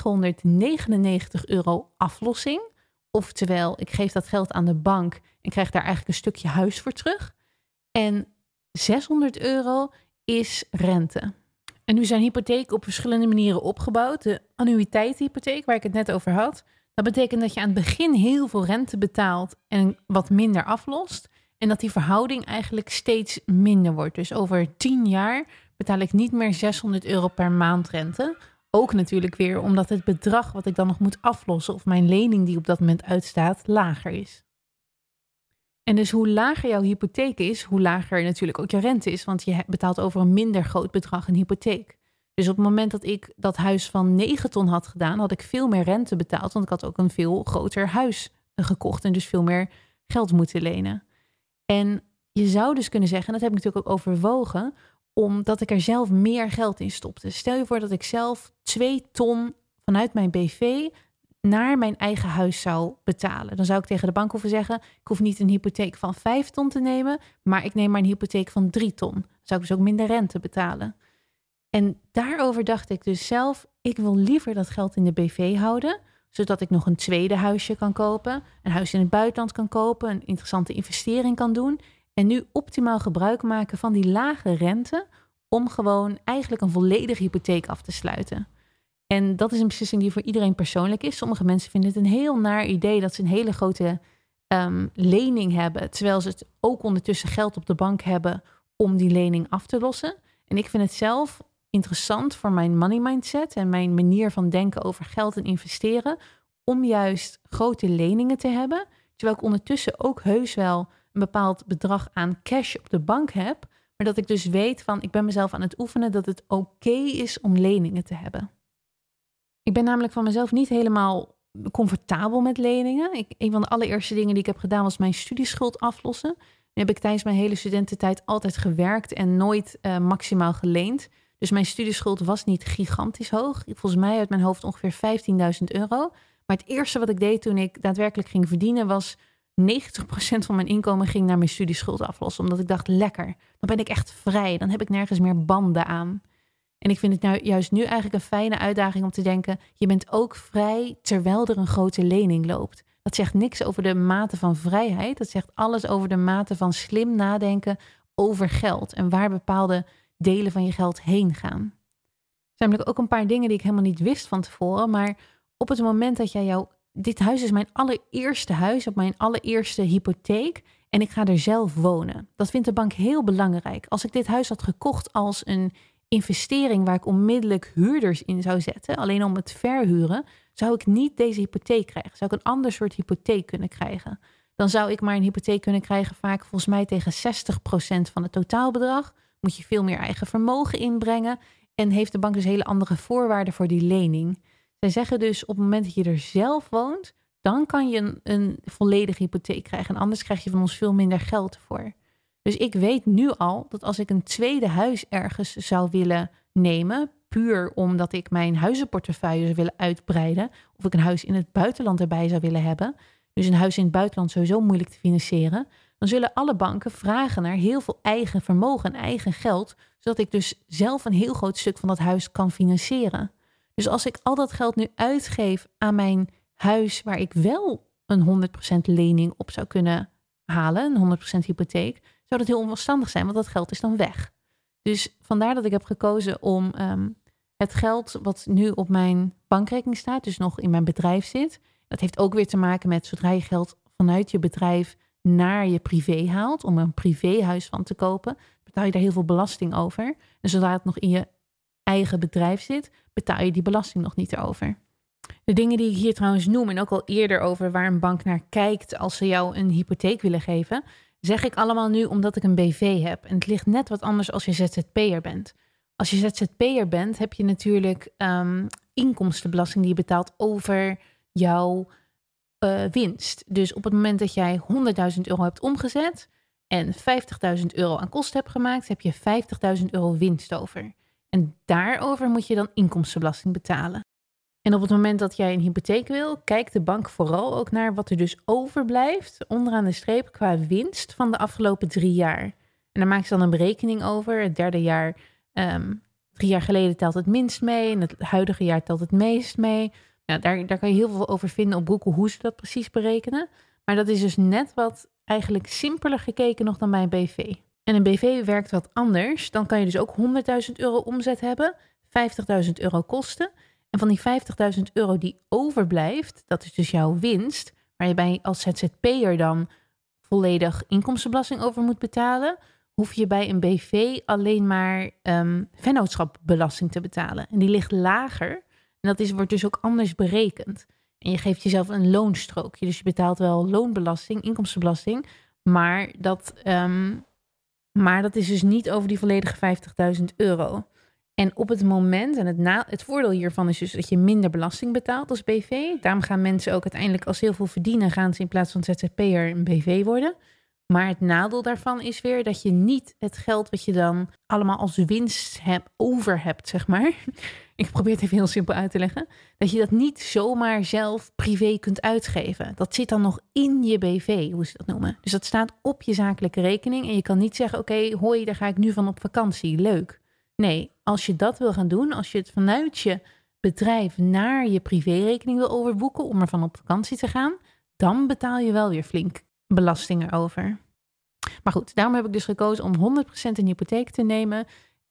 €999 aflossing. Oftewel, ik geef dat geld aan de bank en krijg daar eigenlijk een stukje huis voor terug. En €600 is rente. En nu zijn hypotheken op verschillende manieren opgebouwd. De annuïteitshypotheek, waar ik het net over had, dat betekent dat je aan het begin heel veel rente betaalt en wat minder aflost. En dat die verhouding eigenlijk steeds minder wordt. Dus over 10 jaar betaal ik niet meer €600 per maand rente. Ook natuurlijk weer omdat het bedrag wat ik dan nog moet aflossen of mijn lening die op dat moment uitstaat lager is. En dus hoe lager jouw hypotheek is, hoe lager natuurlijk ook je rente is. Want je betaalt over een minder groot bedrag een hypotheek. Dus op het moment dat ik dat huis van 9 ton had gedaan, had ik veel meer rente betaald. Want ik had ook een veel groter huis gekocht en dus veel meer geld moeten lenen. En je zou dus kunnen zeggen, en dat heb ik natuurlijk ook overwogen, omdat ik er zelf meer geld in stopte. Stel je voor dat ik zelf 2 ton vanuit mijn BV naar mijn eigen huis zou betalen. Dan zou ik tegen de bank hoeven zeggen, ik hoef niet een hypotheek van 5 ton te nemen, maar ik neem maar een hypotheek van 3 ton. Dan zou ik dus ook minder rente betalen. En daarover dacht ik dus zelf, ik wil liever dat geld in de BV houden, zodat ik nog een tweede huisje kan kopen, een huis in het buitenland kan kopen, een interessante investering kan doen en nu optimaal gebruik maken van die lage rente om gewoon eigenlijk een volledige hypotheek af te sluiten. En dat is een beslissing die voor iedereen persoonlijk is. Sommige mensen vinden het een heel naar idee dat ze een hele grote lening hebben, terwijl ze het ook ondertussen geld op de bank hebben om die lening af te lossen. En ik vind het zelf interessant voor mijn money mindset en mijn manier van denken over geld en investeren, om juist grote leningen te hebben, terwijl ik ondertussen ook heus wel een bepaald bedrag aan cash op de bank heb, maar dat ik dus weet van, ik ben mezelf aan het oefenen dat het oké is om leningen te hebben. Ik ben namelijk van mezelf niet helemaal comfortabel met leningen. Een van de allereerste dingen die ik heb gedaan was mijn studieschuld aflossen. Nu heb ik tijdens mijn hele studententijd altijd gewerkt en nooit maximaal geleend. Dus mijn studieschuld was niet gigantisch hoog. Volgens mij uit mijn hoofd ongeveer €15.000. Maar het eerste wat ik deed toen ik daadwerkelijk ging verdienen was 90% van mijn inkomen ging naar mijn studieschuld aflossen. Omdat ik dacht, lekker, dan ben ik echt vrij. Dan heb ik nergens meer banden aan. En ik vind het nou juist nu eigenlijk een fijne uitdaging om te denken, je bent ook vrij terwijl er een grote lening loopt. Dat zegt niks over de mate van vrijheid. Dat zegt alles over de mate van slim nadenken over geld en waar bepaalde delen van je geld heen gaan. Er zijn namelijk ook een paar dingen die ik helemaal niet wist van tevoren, maar op het moment dat jij dit huis is mijn allereerste huis, op mijn allereerste hypotheek en ik ga er zelf wonen. Dat vindt de bank heel belangrijk. Als ik dit huis had gekocht als een investering waar ik onmiddellijk huurders in zou zetten, alleen om het verhuren, zou ik niet deze hypotheek krijgen. Zou ik een ander soort hypotheek kunnen krijgen. Dan zou ik maar een hypotheek kunnen krijgen, vaak volgens mij tegen 60% van het totaalbedrag. Moet je veel meer eigen vermogen inbrengen en heeft de bank dus hele andere voorwaarden voor die lening. Zij zeggen dus op het moment dat je er zelf woont, dan kan je een volledige hypotheek krijgen. En anders krijg je van ons veel minder geld ervoor. Dus ik weet nu al dat als ik een tweede huis ergens zou willen nemen, puur omdat ik mijn huizenportefeuille zou willen uitbreiden, of ik een huis in het buitenland erbij zou willen hebben, dus een huis in het buitenland sowieso moeilijk te financieren, dan zullen alle banken vragen naar heel veel eigen vermogen en eigen geld, zodat ik dus zelf een heel groot stuk van dat huis kan financieren. Dus als ik al dat geld nu uitgeef aan mijn huis waar ik wel een 100% lening op zou kunnen halen, een 100% hypotheek, zou dat heel onverstandig zijn, want dat geld is dan weg. Dus vandaar dat ik heb gekozen om het geld wat nu op mijn bankrekening staat, dus nog in mijn bedrijf zit. Dat heeft ook weer te maken met zodra je geld vanuit je bedrijf naar je privé haalt, om een privéhuis van te kopen, betaal je daar heel veel belasting over. En zodra het nog in je eigen bedrijf zit, betaal je die belasting nog niet erover. De dingen die ik hier trouwens noem, en ook al eerder over waar een bank naar kijkt als ze jou een hypotheek willen geven, zeg ik allemaal nu omdat ik een BV heb. En het ligt net wat anders als je ZZP'er bent. Als je ZZP'er bent, heb je natuurlijk inkomstenbelasting die je betaalt over jouw winst. Dus op het moment dat jij 100.000 euro hebt omgezet en 50.000 euro aan kosten hebt gemaakt, heb je 50.000 euro winst over. En daarover moet je dan inkomstenbelasting betalen. En op het moment dat jij een hypotheek wil, kijkt de bank vooral ook naar wat er dus overblijft onderaan de streep qua winst van de afgelopen 3 jaar. En daar maken ze dan een berekening over. Het derde jaar, 3 jaar geleden telt het minst mee en het huidige jaar telt het meest mee. Nou, daar kan je heel veel over vinden op Google hoe ze dat precies berekenen. Maar dat is dus net wat eigenlijk simpeler gekeken nog dan bij een BV. En een BV werkt wat anders. Dan kan je dus ook 100.000 euro omzet hebben, 50.000 euro kosten. En van die 50.000 euro die overblijft, dat is dus jouw winst, waar je bij als ZZP'er dan volledig inkomstenbelasting over moet betalen, hoef je bij een BV alleen maar vennootschapbelasting te betalen. En die ligt lager en dat wordt dus ook anders berekend. En je geeft jezelf een loonstrookje, dus je betaalt wel loonbelasting, inkomstenbelasting, maar dat is dus niet over die volledige 50.000 euro. En op het moment, en het voordeel hiervan is dus dat je minder belasting betaalt als BV. Daarom gaan mensen ook uiteindelijk, als ze heel veel verdienen, gaan ze in plaats van ZZP'er een BV worden. Maar het nadeel daarvan is weer dat je niet het geld wat je dan allemaal als winst over hebt, zeg maar. Ik probeer het even heel simpel uit te leggen. Dat je dat niet zomaar zelf privé kunt uitgeven. Dat zit dan nog in je BV, hoe ze dat noemen. Dus dat staat op je zakelijke rekening. En je kan niet zeggen, oké, hoi, daar ga ik nu van op vakantie. Leuk. Nee, als je dat wil gaan doen, als je het vanuit je bedrijf naar je privérekening wil overboeken om ervan op vakantie te gaan, dan betaal je wel weer flink belasting erover. Maar goed, daarom heb ik dus gekozen om 100% een hypotheek te nemen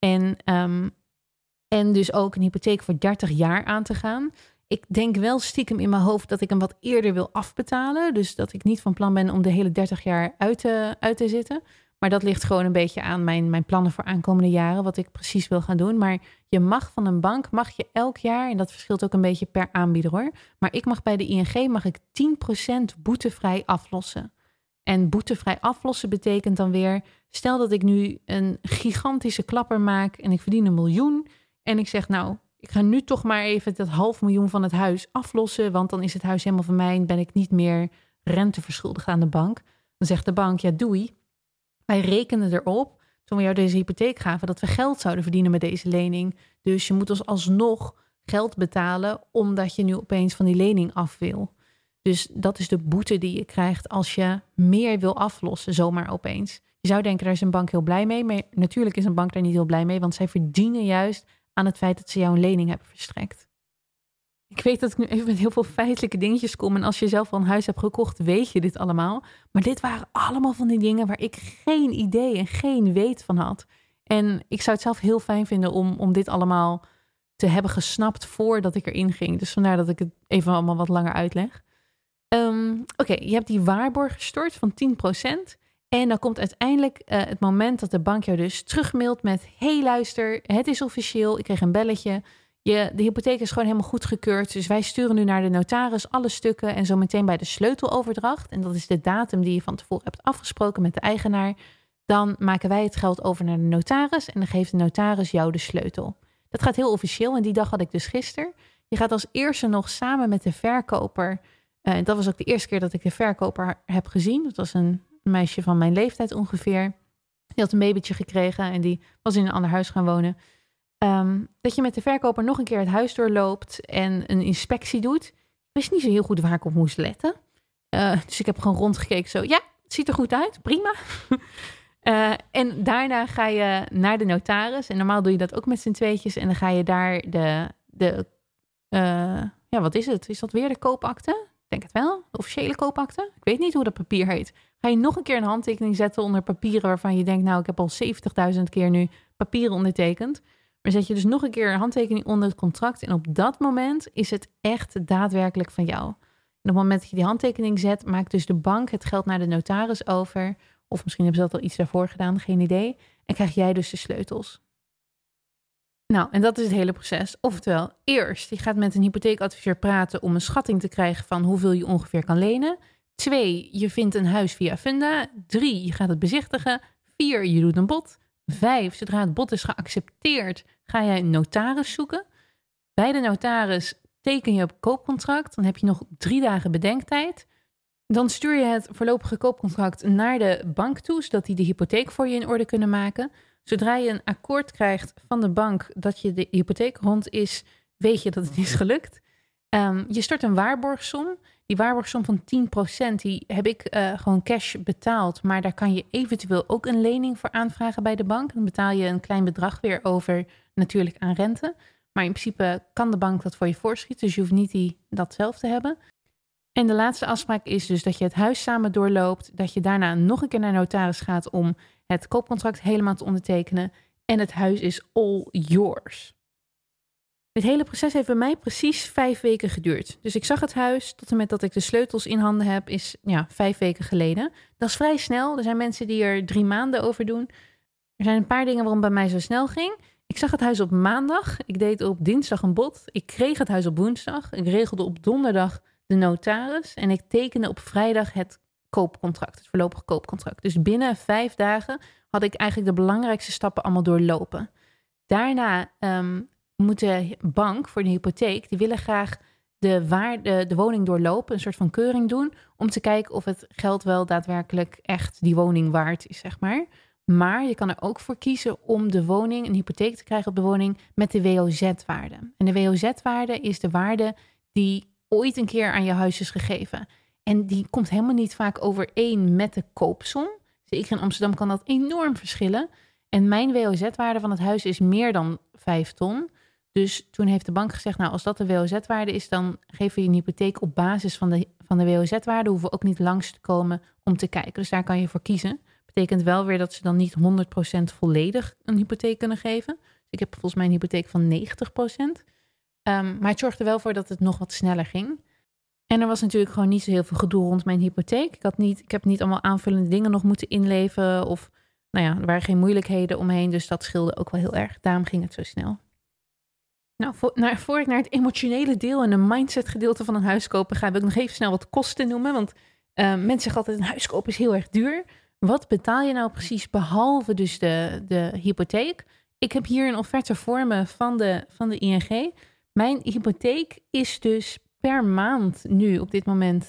en dus ook een hypotheek voor 30 jaar aan te gaan. Ik denk wel stiekem in mijn hoofd dat ik hem wat eerder wil afbetalen. Dus dat ik niet van plan ben om de hele 30 jaar uit te zitten. Maar dat ligt gewoon een beetje aan mijn plannen voor aankomende jaren, wat ik precies wil gaan doen. Maar je mag van een bank, mag je elk jaar, en dat verschilt ook een beetje per aanbieder hoor, maar ik mag bij de ING mag ik 10% boetevrij aflossen. En boetevrij aflossen betekent dan weer, stel dat ik nu een gigantische klapper maak en ik verdien 1 miljoen en ik zeg nou, ik ga nu toch maar even dat 500.000 van het huis aflossen, want dan is het huis helemaal van mij en ben ik niet meer renteverschuldigd aan de bank. Dan zegt de bank, ja doei. Wij rekenen erop, toen we jou deze hypotheek gaven, dat we geld zouden verdienen met deze lening. Dus je moet ons alsnog geld betalen, omdat je nu opeens van die lening af wil. Dus dat is de boete die je krijgt als je meer wil aflossen, zomaar opeens. Je zou denken, daar is een bank heel blij mee. Maar natuurlijk is een bank daar niet heel blij mee, want zij verdienen juist aan het feit dat ze jou een lening hebben verstrekt. Ik weet dat ik nu even met heel veel feitelijke dingetjes kom. En als je zelf al een huis hebt gekocht, weet je dit allemaal. Maar dit waren allemaal van die dingen waar ik geen idee en geen weet van had. En ik zou het zelf heel fijn vinden om dit allemaal te hebben gesnapt voordat ik erin ging. Dus vandaar dat ik het even allemaal wat langer uitleg. Oké, je hebt die waarborg gestort van 10%. En dan komt uiteindelijk het moment dat de bank jou dus terugmailt met, hey luister, het is officieel. Ik kreeg een belletje. De hypotheek is gewoon helemaal goedgekeurd. Dus wij sturen nu naar de notaris alle stukken en zo meteen bij de sleuteloverdracht. En dat is de datum die je van tevoren hebt afgesproken met de eigenaar. Dan maken wij het geld over naar de notaris en dan geeft de notaris jou de sleutel. Dat gaat heel officieel en die dag had ik dus gisteren. Je gaat als eerste nog samen met de verkoper. Dat was ook de eerste keer dat ik de verkoper heb gezien. Dat was een meisje van mijn leeftijd ongeveer. Die had een babytje gekregen en die was in een ander huis gaan wonen. Dat je met de verkoper nog een keer het huis doorloopt en een inspectie doet. Ik wist niet zo heel goed waar ik op moest letten. Dus ik heb gewoon rondgekeken zo. Ja, het ziet er goed uit. Prima. En daarna ga je naar de notaris. En normaal doe je dat ook met z'n tweetjes. En dan ga je daar wat is het? Is dat weer de koopakte? Ik denk het wel. De officiële koopakte. Ik weet niet hoe dat papier heet. Ga je nog een keer een handtekening zetten onder papieren waarvan je denkt, nou, ik heb al 70.000 keer nu papieren ondertekend. Maar zet je dus nog een keer een handtekening onder het contract. En op dat moment is het echt daadwerkelijk van jou. En op het moment dat je die handtekening zet, maakt dus de bank het geld naar de notaris over. Of misschien hebben ze dat al iets daarvoor gedaan, geen idee. En krijg jij dus de sleutels. Nou, en dat is het hele proces. Oftewel, eerst, je gaat met een hypotheekadviseur praten om een schatting te krijgen van hoeveel je ongeveer kan lenen. 2, je vindt een huis via Funda. 3, je gaat het bezichtigen. 4, je doet een bod. 5, zodra het bod is geaccepteerd, ga jij een notaris zoeken. Bij de notaris teken je op koopcontract. Dan heb je nog 3 dagen bedenktijd. Dan stuur je het voorlopige koopcontract naar de bank toe, zodat die de hypotheek voor je in orde kunnen maken. Zodra je een akkoord krijgt van de bank dat je de hypotheek rond is, weet je dat het is gelukt. Je stort een waarborgsom. Die waarborgsom van 10%, die heb ik gewoon cash betaald. Maar daar kan je eventueel ook een lening voor aanvragen bij de bank. Dan betaal je een klein bedrag weer over, natuurlijk aan rente. Maar in principe kan de bank dat voor je voorschieten. Dus je hoeft niet dat zelf te hebben. En de laatste afspraak is dus dat je het huis samen doorloopt. Dat je daarna nog een keer naar notaris gaat om het koopcontract helemaal te ondertekenen. En het huis is all yours. Dit hele proces heeft bij mij precies 5 weken geduurd. Dus ik zag het huis tot en met dat ik de sleutels in handen heb, is 5 weken geleden. Dat is vrij snel. Er zijn mensen die er 3 maanden over doen. Er zijn een paar dingen waarom het bij mij zo snel ging. Ik zag het huis op maandag. Ik deed op dinsdag een bod. Ik kreeg het huis op woensdag. Ik regelde op donderdag de notaris. En ik tekende op vrijdag het koopcontract, het voorlopige koopcontract. Dus binnen 5 dagen had ik eigenlijk de belangrijkste stappen allemaal doorlopen. Daarna moet de bank voor de hypotheek, die willen graag de woning doorlopen, een soort van keuring doen, om te kijken of het geld wel daadwerkelijk echt die woning waard is, zeg maar. Maar je kan er ook voor kiezen om de woning, een hypotheek te krijgen op de woning met de WOZ-waarde. En de WOZ-waarde is de waarde die ooit een keer aan je huis is gegeven. En die komt helemaal niet vaak overeen met de koopsom. Zeker in Amsterdam kan dat enorm verschillen. En mijn WOZ-waarde van het huis is meer dan 5 ton. Dus toen heeft de bank gezegd, nou, als dat de WOZ-waarde is, dan geven we een hypotheek op basis van de WOZ-waarde. Hoeven we ook niet langs te komen om te kijken. Dus daar kan je voor kiezen. Betekent wel weer dat ze dan niet 100% volledig een hypotheek kunnen geven. Dus ik heb volgens mij een hypotheek van 90%. Maar het zorgde wel voor dat het nog wat sneller ging. En er was natuurlijk gewoon niet zo heel veel gedoe rond mijn hypotheek. Ik heb niet allemaal aanvullende dingen nog moeten inleveren. Of er waren geen moeilijkheden omheen. Dus dat scheelde ook wel heel erg. Daarom ging het zo snel. Nou, voor ik naar het emotionele deel en een mindset gedeelte van een huis kopen ga, wil ik nog even snel wat kosten noemen. Want mensen zeggen altijd, een huis kopen is heel erg duur. Wat betaal je nou precies behalve dus de hypotheek? Ik heb hier een offerte voor me van de ING. Mijn hypotheek is dus per maand nu op dit moment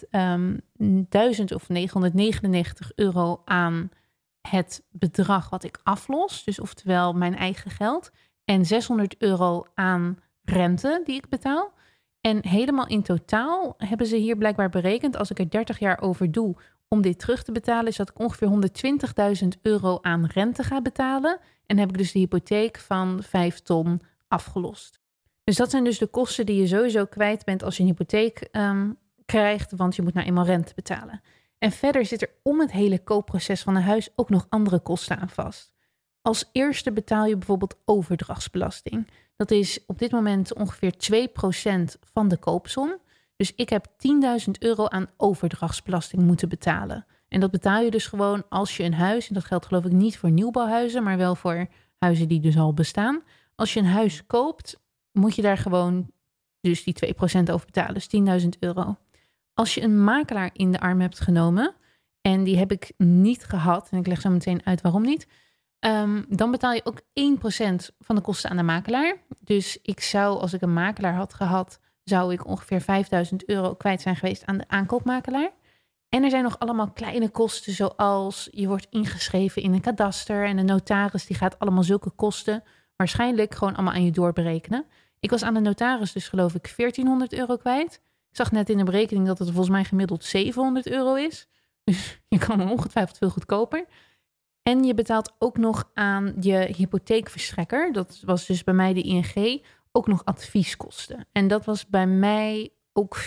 €1.999 aan het bedrag wat ik aflos. Dus oftewel mijn eigen geld. En €600 aan rente die ik betaal. En helemaal in totaal hebben ze hier blijkbaar berekend, als ik er 30 jaar over doe om dit terug te betalen, is dat ik ongeveer €120.000 aan rente ga betalen. En heb ik dus de hypotheek van 5 ton afgelost. Dus dat zijn dus de kosten die je sowieso kwijt bent als je een hypotheek krijgt, want je moet nou eenmaal rente betalen. En verder zit er om het hele koopproces van een huis ook nog andere kosten aan vast. Als eerste betaal je bijvoorbeeld overdrachtsbelasting. Dat is op dit moment ongeveer 2% van de koopsom. Dus ik heb €10.000 aan overdrachtsbelasting moeten betalen. En dat betaal je dus gewoon als je een huis, en dat geldt geloof ik niet voor nieuwbouwhuizen, maar wel voor huizen die dus al bestaan. Als je een huis koopt, moet je daar gewoon dus die 2% over betalen, dus €10.000. Als je een makelaar in de arm hebt genomen, en die heb ik niet gehad, en ik leg zo meteen uit waarom niet, dan betaal je ook 1% van de kosten aan de makelaar. Dus ik zou, als ik een makelaar had gehad, zou ik ongeveer €5.000 kwijt zijn geweest aan de aankoopmakelaar. En er zijn nog allemaal kleine kosten, zoals je wordt ingeschreven in een kadaster en een notaris die gaat allemaal zulke kosten waarschijnlijk gewoon allemaal aan je doorberekenen. Ik was aan de notaris dus geloof ik €1400 kwijt. Ik zag net in de berekening dat het volgens mij gemiddeld €700 is. Dus je kan hem ongetwijfeld veel goedkoper. En je betaalt ook nog aan je hypotheekverstrekker. Dat was dus bij mij de ING ook nog advieskosten. En dat was bij mij ook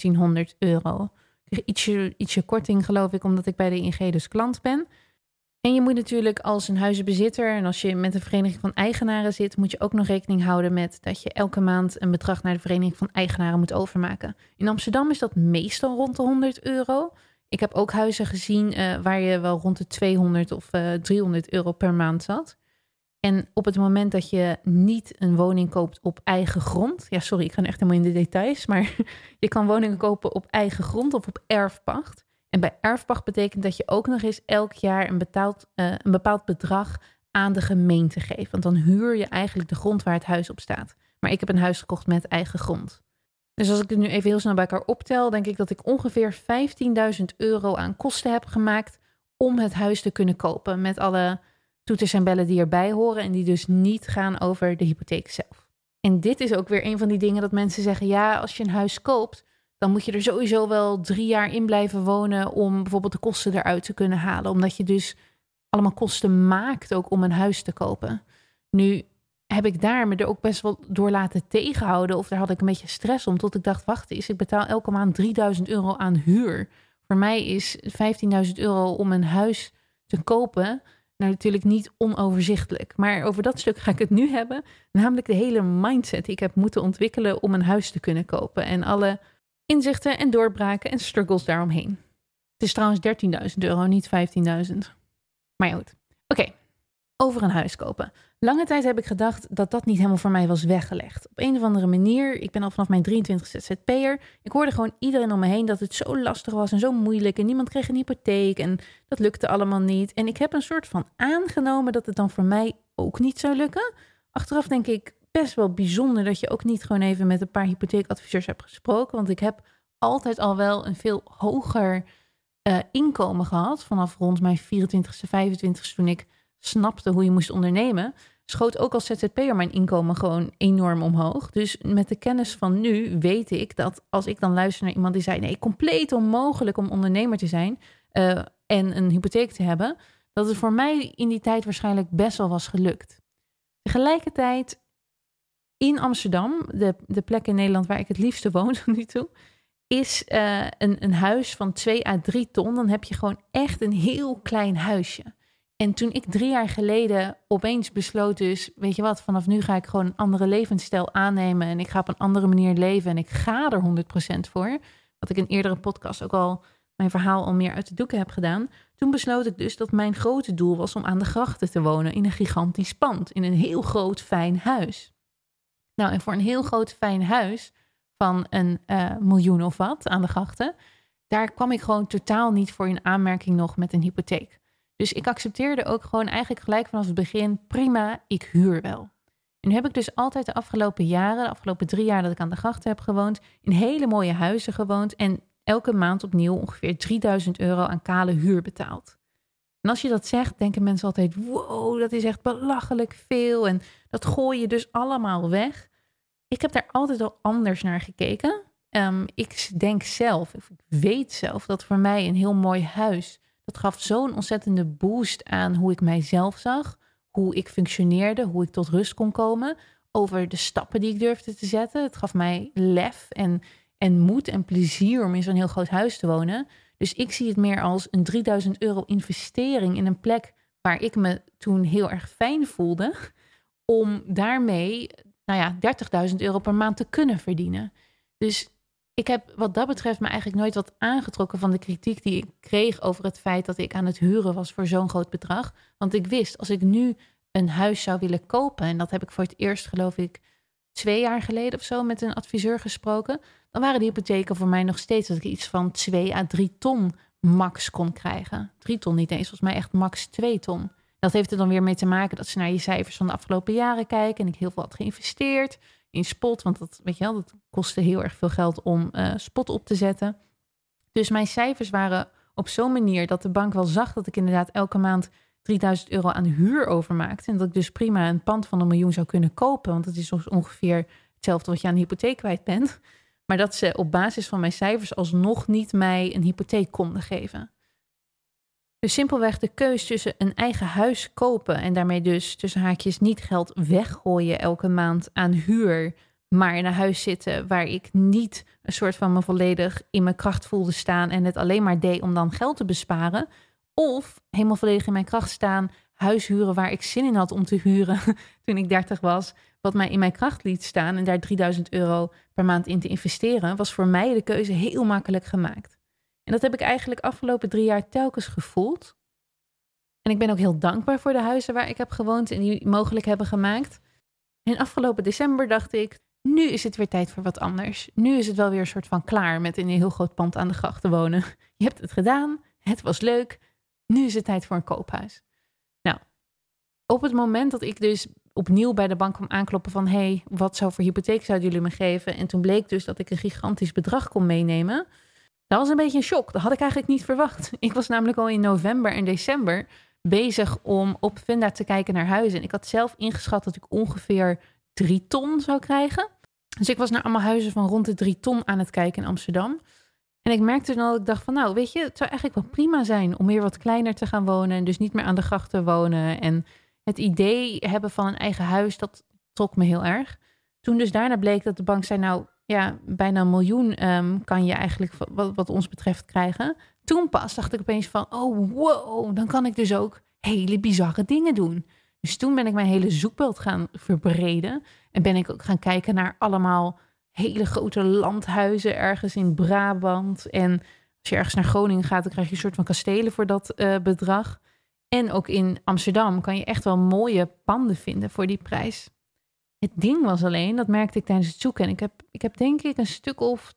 €1400. Ik kreeg ietsje korting geloof ik, omdat ik bij de ING dus klant ben. En je moet natuurlijk als een huizenbezitter en als je met een vereniging van eigenaren zit, moet je ook nog rekening houden met dat je elke maand een bedrag naar de vereniging van eigenaren moet overmaken. In Amsterdam is dat meestal rond de €100. Ik heb ook huizen gezien waar je wel rond de €200 of €300 per maand zat. En op het moment dat je niet een woning koopt op eigen grond. Ja, sorry, ik ga echt helemaal in de details. Maar je kan woningen kopen op eigen grond of op erfpacht. En bij erfpacht betekent dat je ook nog eens elk jaar een bepaald bedrag aan de gemeente geeft. Want dan huur je eigenlijk de grond waar het huis op staat. Maar ik heb een huis gekocht met eigen grond. Dus als ik het nu even heel snel bij elkaar optel, denk ik dat ik ongeveer €15.000 aan kosten heb gemaakt om het huis te kunnen kopen. Met alle toeters en bellen die erbij horen en die dus niet gaan over de hypotheek zelf. En dit is ook weer een van die dingen dat mensen zeggen, ja, als je een huis koopt, dan moet je er sowieso wel 3 jaar in blijven wonen om bijvoorbeeld de kosten eruit te kunnen halen. Omdat je dus allemaal kosten maakt ook om een huis te kopen. Nu heb ik daar me er ook best wel door laten tegenhouden. Of daar had ik een beetje stress om. Tot ik dacht, wacht eens, ik betaal elke maand €3000 aan huur. Voor mij is €15.000 om een huis te kopen nou natuurlijk niet onoverzichtelijk. Maar over dat stuk ga ik het nu hebben. Namelijk de hele mindset die ik heb moeten ontwikkelen om een huis te kunnen kopen. En alle inzichten en doorbraken en struggles daaromheen. Het is trouwens €13.000, niet 15.000. Maar ja, goed. Oké, over een huis kopen. Lange tijd heb ik gedacht dat dat niet helemaal voor mij was weggelegd. Op een of andere manier, ik ben al vanaf mijn 23e ZZP'er. Ik hoorde gewoon iedereen om me heen dat het zo lastig was en zo moeilijk. En niemand kreeg een hypotheek en dat lukte allemaal niet. En ik heb een soort van aangenomen dat het dan voor mij ook niet zou lukken. Achteraf denk ik best wel bijzonder dat je ook niet gewoon even met een paar hypotheekadviseurs hebt gesproken. Want ik heb altijd al wel een veel hoger inkomen gehad. Vanaf rond mijn 24e, 25e toen ik snapte hoe je moest ondernemen, schoot ook als ZZP'er mijn inkomen gewoon enorm omhoog. Dus met de kennis van nu weet ik dat als ik dan luister naar iemand die zei, nee, compleet onmogelijk om ondernemer te zijn en een hypotheek te hebben, dat het voor mij in die tijd waarschijnlijk best wel was gelukt. Tegelijkertijd in Amsterdam, de plek in Nederland waar ik het liefste woon tot nu toe, is een huis van 2 à 3 ton. Dan heb je gewoon echt een heel klein huisje. En toen ik 3 jaar geleden opeens besloot dus, weet je wat, vanaf nu ga ik gewoon een andere levensstijl aannemen en ik ga op een andere manier leven en ik ga er 100% voor. Wat ik in eerdere podcast ook al mijn verhaal al meer uit de doeken heb gedaan. Toen besloot ik dus dat mijn grote doel was om aan de grachten te wonen in een gigantisch pand, in een heel groot fijn huis. Nou, en voor een heel groot fijn huis van een miljoen of wat aan de grachten, daar kwam ik gewoon totaal niet voor in aanmerking nog met een hypotheek. Dus ik accepteerde ook gewoon eigenlijk gelijk vanaf het begin, prima, ik huur wel. En nu heb ik dus altijd de afgelopen jaren, de afgelopen 3 jaar dat ik aan de grachten heb gewoond, in hele mooie huizen gewoond en elke maand opnieuw ongeveer €3000 aan kale huur betaald. En als je dat zegt, denken mensen altijd, wow, dat is echt belachelijk veel en dat gooi je dus allemaal weg. Ik heb daar altijd al anders naar gekeken. Ik denk zelf, of ik weet zelf, dat voor mij een heel mooi huis, dat gaf zo'n ontzettende boost aan hoe ik mijzelf zag, hoe ik functioneerde, hoe ik tot rust kon komen, over de stappen die ik durfde te zetten. Het gaf mij lef en moed en plezier om in zo'n heel groot huis te wonen. Dus ik zie het meer als een €3000 investering in een plek waar ik me toen heel erg fijn voelde, om daarmee, €30.000 per maand te kunnen verdienen. Dus ik heb wat dat betreft me eigenlijk nooit wat aangetrokken van de kritiek die ik kreeg over het feit dat ik aan het huren was voor zo'n groot bedrag. Want ik wist, als ik nu een huis zou willen kopen, en dat heb ik voor het eerst geloof ik 2 jaar geleden of zo met een adviseur gesproken, dan waren die hypotheken voor mij nog steeds dat ik iets van 2 à 3 ton max kon krijgen. 3 ton niet eens, volgens mij echt max 2 ton. Dat heeft er dan weer mee te maken dat ze naar je cijfers van de afgelopen jaren kijken en ik heel veel had geïnvesteerd in Spot, want dat, weet je wel, dat kostte heel erg veel geld om Spot op te zetten. Dus mijn cijfers waren op zo'n manier dat de bank wel zag dat ik inderdaad elke maand €3.000 aan huur overmaakte. En dat ik dus prima een pand van 1 miljoen zou kunnen kopen. Want dat is ongeveer hetzelfde wat je aan de hypotheek kwijt bent. Maar dat ze op basis van mijn cijfers alsnog niet mij een hypotheek konden geven. Dus simpelweg de keus tussen een eigen huis kopen en daarmee dus tussen haakjes niet geld weggooien elke maand aan huur, maar in een huis zitten waar ik niet een soort van me volledig in mijn kracht voelde staan en het alleen maar deed om dan geld te besparen. Of helemaal volledig in mijn kracht staan, huis huren waar ik zin in had om te huren toen ik 30 was, wat mij in mijn kracht liet staan en daar €3.000 per maand in te investeren, was voor mij de keuze heel makkelijk gemaakt. En dat heb ik eigenlijk afgelopen 3 jaar telkens gevoeld. En ik ben ook heel dankbaar voor de huizen waar ik heb gewoond en die mogelijk hebben gemaakt. En afgelopen december dacht ik, nu is het weer tijd voor wat anders. Nu is het wel weer een soort van klaar met in een heel groot pand aan de gracht te wonen. Je hebt het gedaan, het was leuk. Nu is het tijd voor een koophuis. Nou, op het moment dat ik dus opnieuw bij de bank kwam aankloppen van hey, wat voor hypotheek zouden jullie me geven? En toen bleek dus dat ik een gigantisch bedrag kon meenemen. Dat was een beetje een shock. Dat had ik eigenlijk niet verwacht. Ik was namelijk al in november en december bezig om op Funda te kijken naar huizen. En ik had zelf ingeschat dat ik ongeveer 3 ton zou krijgen. Dus ik was naar allemaal huizen van rond de 3 ton aan het kijken in Amsterdam. En ik merkte dan dat ik dacht van nou, weet je, het zou eigenlijk wel prima zijn om weer wat kleiner te gaan wonen. En dus niet meer aan de gracht te wonen. En het idee hebben van een eigen huis, dat trok me heel erg. Toen dus daarna bleek dat de bank zei nou, ja, bijna 1 miljoen kan je eigenlijk wat ons betreft krijgen. Toen pas dacht ik opeens van, oh wow, dan kan ik dus ook hele bizarre dingen doen. Dus toen ben ik mijn hele zoekbeeld gaan verbreden. En ben ik ook gaan kijken naar allemaal hele grote landhuizen ergens in Brabant. En als je ergens naar Groningen gaat, dan krijg je een soort van kastelen voor dat bedrag. En ook in Amsterdam kan je echt wel mooie panden vinden voor die prijs. Het ding was alleen, dat merkte ik tijdens het zoeken. En ik heb denk ik een stuk of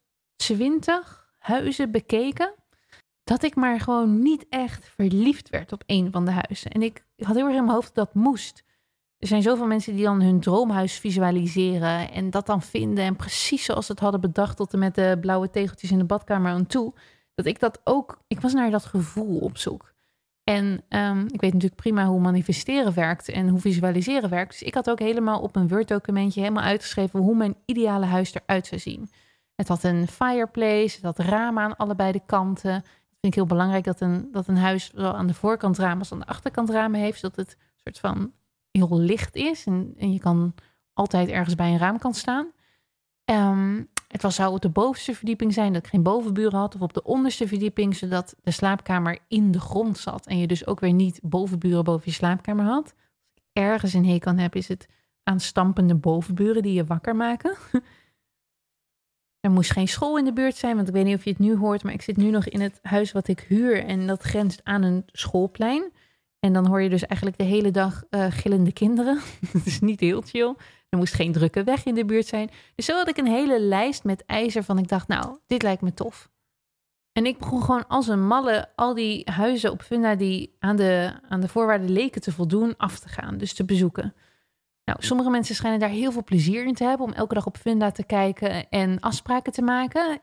20 huizen bekeken. Dat ik maar gewoon niet echt verliefd werd op een van de huizen. En ik had heel erg in mijn hoofd dat moest. Er zijn zoveel mensen die dan hun droomhuis visualiseren. En dat dan vinden. En precies zoals ze het hadden bedacht tot en met de blauwe tegeltjes in de badkamer aan toe. Dat ik dat ook, ik was naar dat gevoel op zoek. En ik weet natuurlijk prima hoe manifesteren werkt en hoe visualiseren werkt. Dus ik had ook helemaal op een Word-documentje helemaal uitgeschreven hoe mijn ideale huis eruit zou zien. Het had een fireplace, het had ramen aan allebei de kanten. Dat vind ik heel belangrijk dat een huis wel aan de voorkant ramen als aan de achterkant ramen heeft. Zodat het een soort van heel licht is en je kan altijd ergens bij een raam kan staan. Het zou op de bovenste verdieping zijn, dat ik geen bovenburen had. Of op de onderste verdieping, zodat de slaapkamer in de grond zat. En je dus ook weer niet bovenburen boven je slaapkamer had. Als ik ergens een hekel aan heb, is het aanstampende bovenburen die je wakker maken. Er moest geen school in de buurt zijn, want ik weet niet of je het nu hoort. Maar ik zit nu nog in het huis wat ik huur. En dat grenst aan een schoolplein. En dan hoor je dus eigenlijk de hele dag gillende kinderen. Dat is niet heel chill. Er moest geen drukke weg in de buurt zijn. Dus zo had ik een hele lijst met eisen van ik dacht, nou, dit lijkt me tof. En ik begon gewoon als een malle al die huizen op Funda die aan de voorwaarden leken te voldoen af te gaan. Dus te bezoeken. Nou, sommige mensen schijnen daar heel veel plezier in te hebben om elke dag op Funda te kijken en afspraken te maken.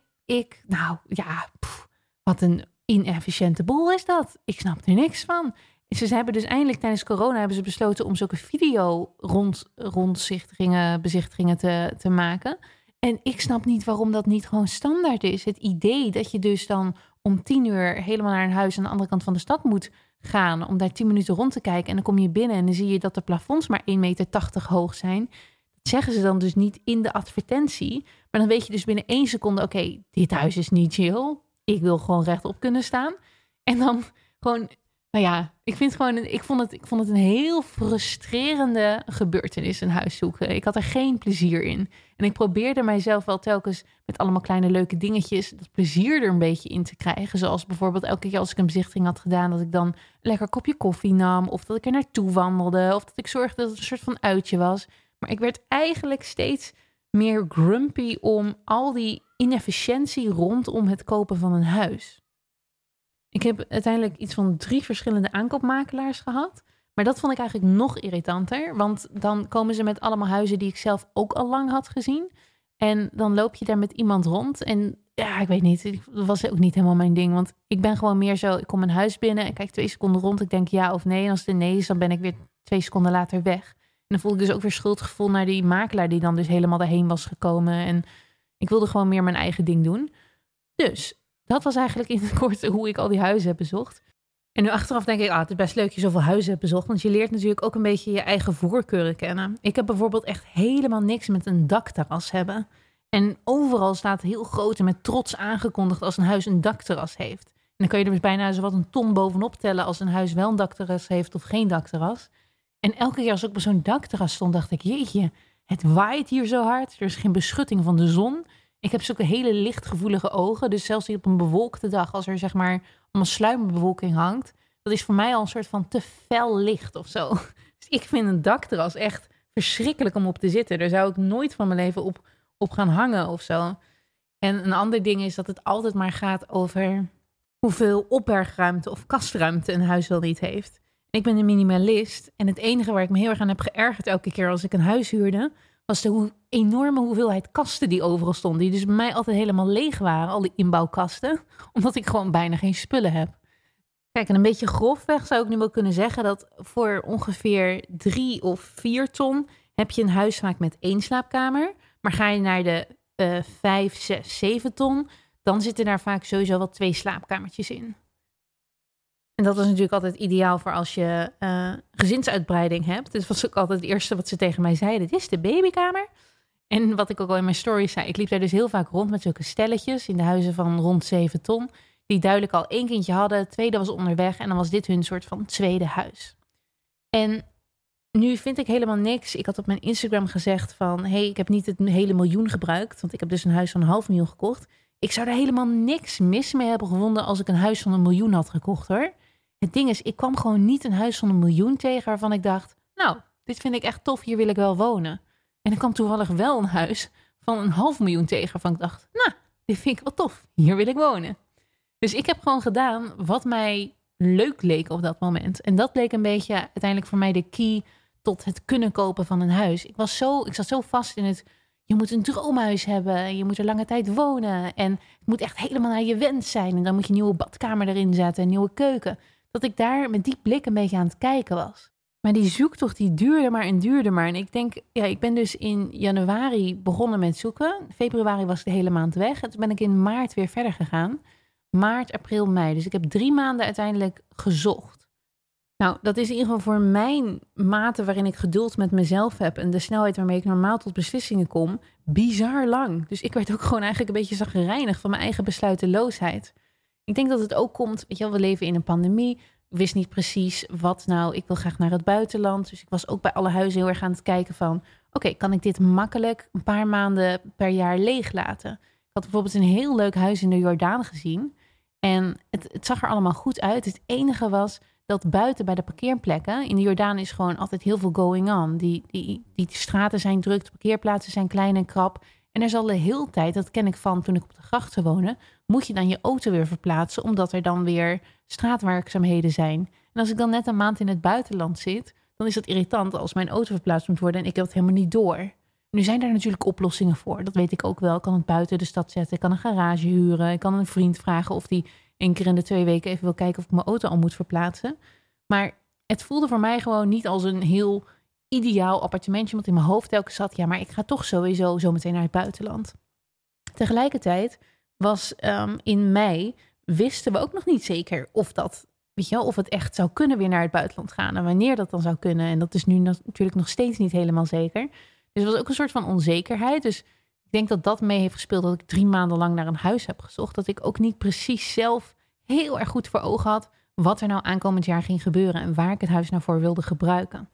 Wat een inefficiënte boel is dat. Ik snap er niks van. Ze hebben dus eindelijk tijdens corona besloten om zulke video bezichtigingen te maken. En ik snap niet waarom dat niet gewoon standaard is. Het idee dat je dus dan om 10:00 helemaal naar een huis aan de andere kant van de stad moet gaan om daar 10 minuten rond te kijken. En dan kom je binnen en dan zie je dat de plafonds maar 1,80 meter hoog zijn. Dat zeggen ze dan dus niet in de advertentie. Maar dan weet je dus binnen 1 seconde, oké, dit huis is niet chill. Ik wil gewoon rechtop kunnen staan. En dan gewoon, nou ja, ik vond het een heel frustrerende gebeurtenis, een huis zoeken. Ik had er geen plezier in. En ik probeerde mijzelf wel telkens met allemaal kleine leuke dingetjes dat plezier er een beetje in te krijgen. Zoals bijvoorbeeld elke keer als ik een bezichtiging had gedaan, dat ik dan een lekker kopje koffie nam. Of dat ik er naartoe wandelde. Of dat ik zorgde dat het een soort van uitje was. Maar ik werd eigenlijk steeds meer grumpy om al die inefficiëntie rondom het kopen van een huis. Ik heb uiteindelijk iets van 3 verschillende aankoopmakelaars gehad. Maar dat vond ik eigenlijk nog irritanter. Want dan komen ze met allemaal huizen die ik zelf ook al lang had gezien. En dan loop je daar met iemand rond. En ja, ik weet niet. Dat was ook niet helemaal mijn ding. Want ik ben gewoon meer zo, ik kom een huis binnen, ik kijk 2 seconden rond, ik denk ja of nee. En als het een nee is, dan ben ik weer 2 seconden later weg. En dan voel ik dus ook weer schuldgevoel naar die makelaar die dan dus helemaal daarheen was gekomen. En ik wilde gewoon meer mijn eigen ding doen. Dus dat was eigenlijk in het kort hoe ik al die huizen heb bezocht. En nu achteraf denk ik, het is best leuk dat je zoveel huizen hebt bezocht. Want je leert natuurlijk ook een beetje je eigen voorkeuren kennen. Ik heb bijvoorbeeld echt helemaal niks met een dakterras hebben. En overal staat heel groot en met trots aangekondigd als een huis een dakterras heeft. En dan kan je er dus bijna zo wat een ton bovenop tellen als een huis wel een dakterras heeft of geen dakterras. En elke keer als ik op zo'n dakterras stond, dacht ik, jeetje, het waait hier zo hard. Er is geen beschutting van de zon. Ik heb zulke hele lichtgevoelige ogen. Dus zelfs op een bewolkte dag, als er zeg maar allemaal sluierbewolking hangt, dat is voor mij al een soort van te fel licht of zo. Dus ik vind een dakterras echt verschrikkelijk om op te zitten. Daar zou ik nooit van mijn leven op gaan hangen of zo. En een ander ding is dat het altijd maar gaat over hoeveel opbergruimte of kastruimte een huis wel niet heeft. Ik ben een minimalist en het enige waar ik me heel erg aan heb geërgerd elke keer als ik een huis huurde, was de enorme hoeveelheid kasten die overal stonden. Die dus bij mij altijd helemaal leeg waren, al die inbouwkasten. Omdat ik gewoon bijna geen spullen heb. Kijk, en een beetje grofweg zou ik nu wel kunnen zeggen dat voor ongeveer 3 of 4 ton heb je een huis vaak met 1 slaapkamer. Maar ga je naar de 5, 6, 7 ton, dan zitten daar vaak sowieso wel 2 slaapkamertjes in. En dat is natuurlijk altijd ideaal voor als je gezinsuitbreiding hebt. Dus dat was ook altijd het eerste wat ze tegen mij zeiden. Dit is de babykamer. En wat ik ook al in mijn story zei. Ik liep daar dus heel vaak rond met zulke stelletjes in de huizen van rond 7 ton. Die duidelijk al 1 kindje hadden. Het tweede was onderweg. En dan was dit hun soort van tweede huis. En nu vind ik helemaal niks. Ik had op mijn Instagram gezegd van, hey, ik heb niet het hele miljoen gebruikt. Want ik heb dus een huis van 500.000 gekocht. Ik zou daar helemaal niks mis mee hebben gevonden als ik een huis van 1 miljoen had gekocht hoor. Het ding is, ik kwam gewoon niet een huis van 1 miljoen tegen waarvan ik dacht, nou, dit vind ik echt tof, hier wil ik wel wonen. En ik kwam toevallig wel een huis van 500.000 tegen waarvan ik dacht, nou, dit vind ik wel tof, hier wil ik wonen. Dus ik heb gewoon gedaan wat mij leuk leek op dat moment. En dat bleek een beetje uiteindelijk voor mij de key tot het kunnen kopen van een huis. Ik zat zo vast in het, je moet een droomhuis hebben, je moet er lange tijd wonen en het moet echt helemaal naar je wens zijn. En dan moet je een nieuwe badkamer erin zetten, een nieuwe keuken. Dat ik daar met die blik een beetje aan het kijken was. Maar die zoektocht die duurde maar en duurde maar. En ik denk, ja, ik ben dus in januari begonnen met zoeken. Februari was ik de hele maand weg. En toen ben ik in maart weer verder gegaan. Maart, april, mei. Dus ik heb 3 maanden uiteindelijk gezocht. Nou, dat is in ieder geval voor mijn mate waarin ik geduld met mezelf heb en de snelheid waarmee ik normaal tot beslissingen kom, bizar lang. Dus ik werd ook gewoon eigenlijk een beetje chagrijnig van mijn eigen besluiteloosheid. Ik denk dat het ook komt, weet je wel, we leven in een pandemie. Ik wist niet precies wat nou, ik wil graag naar het buitenland. Dus ik was ook bij alle huizen heel erg aan het kijken van, oké, kan ik dit makkelijk een paar maanden per jaar leeglaten? Ik had bijvoorbeeld een heel leuk huis in de Jordaan gezien. En het zag er allemaal goed uit. Het enige was dat buiten bij de parkeerplekken, in de Jordaan is gewoon altijd heel veel going on. Die straten zijn druk, de parkeerplaatsen zijn klein en krap. En er zal de hele tijd, dat ken ik van toen ik op de grachten woonde, moet je dan je auto weer verplaatsen, omdat er dan weer straatwerkzaamheden zijn. En als ik dan net een maand in het buitenland zit, dan is dat irritant als mijn auto verplaatst moet worden en ik heb het helemaal niet door. Nu zijn daar natuurlijk oplossingen voor, dat weet ik ook wel. Ik kan het buiten de stad zetten, ik kan een garage huren, ik kan een vriend vragen of die 1 keer in de 2 weken even wil kijken of ik mijn auto al moet verplaatsen. Maar het voelde voor mij gewoon niet als een heel ideaal appartementje, want in mijn hoofd telkens zat, ja, maar ik ga toch sowieso zo meteen naar het buitenland. Tegelijkertijd was in mei, wisten we ook nog niet zeker of dat, weet je wel, of het echt zou kunnen weer naar het buitenland gaan en wanneer dat dan zou kunnen. En dat is nu natuurlijk nog steeds niet helemaal zeker. Dus er was ook een soort van onzekerheid. Dus ik denk dat dat mee heeft gespeeld dat ik 3 maanden lang naar een huis heb gezocht. Dat ik ook niet precies zelf heel erg goed voor ogen had wat er nou aankomend jaar ging gebeuren en waar ik het huis nou voor wilde gebruiken.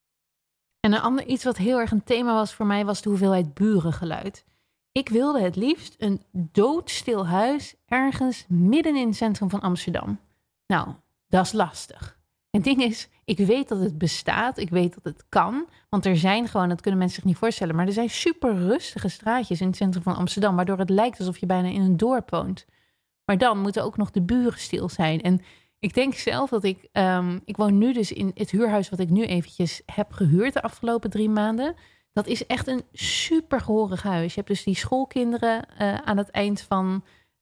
En een ander iets wat heel erg een thema was voor mij was de hoeveelheid burengeluid. Ik wilde het liefst een doodstil huis ergens midden in het centrum van Amsterdam. Nou, dat is lastig. Het ding is, ik weet dat het bestaat, ik weet dat het kan. Want er zijn gewoon, dat kunnen mensen zich niet voorstellen, maar er zijn super rustige straatjes in het centrum van Amsterdam, waardoor het lijkt alsof je bijna in een dorp woont. Maar dan moeten ook nog de buren stil zijn. En ik denk zelf dat ik woon nu dus in het huurhuis wat ik nu eventjes heb gehuurd de afgelopen 3 maanden. Dat is echt een super gehoorig huis. Je hebt dus die schoolkinderen aan het eind van...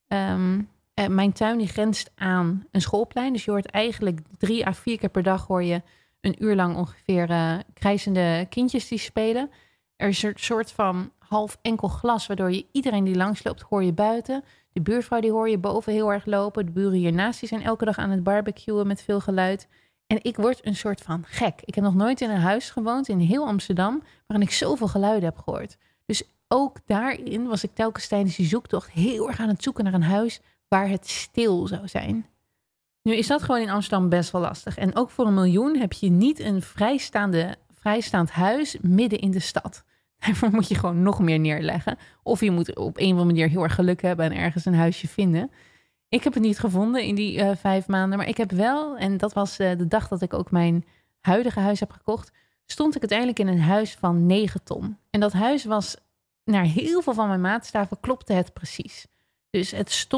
mijn tuin die grenst aan een schoolplein. Dus je hoort eigenlijk 3 à 4 keer per dag hoor je een uur lang ongeveer krijzende kindjes die spelen. Er is een soort van half enkel glas, waardoor je iedereen die langsloopt hoor je buiten. De buurvrouw die hoor je boven heel erg lopen. De buren hiernaast die zijn elke dag aan het barbecuen met veel geluid. En ik word een soort van gek. Ik heb nog nooit in een huis gewoond in heel Amsterdam waarin ik zoveel geluiden heb gehoord. Dus ook daarin was ik telkens tijdens die zoektocht heel erg aan het zoeken naar een huis waar het stil zou zijn. Nu is dat gewoon in Amsterdam best wel lastig. En ook voor 1 miljoen heb je niet een vrijstaand huis midden in de stad. Daarvoor moet je gewoon nog meer neerleggen. Of je moet op een of andere manier heel erg geluk hebben en ergens een huisje vinden. Ik heb het niet gevonden in die 5 maanden. Maar ik heb wel, en dat was de dag dat ik ook mijn huidige huis heb gekocht, stond ik uiteindelijk in een huis van 9 ton. En dat huis was, naar heel veel van mijn maatstaven klopte het precies. Dus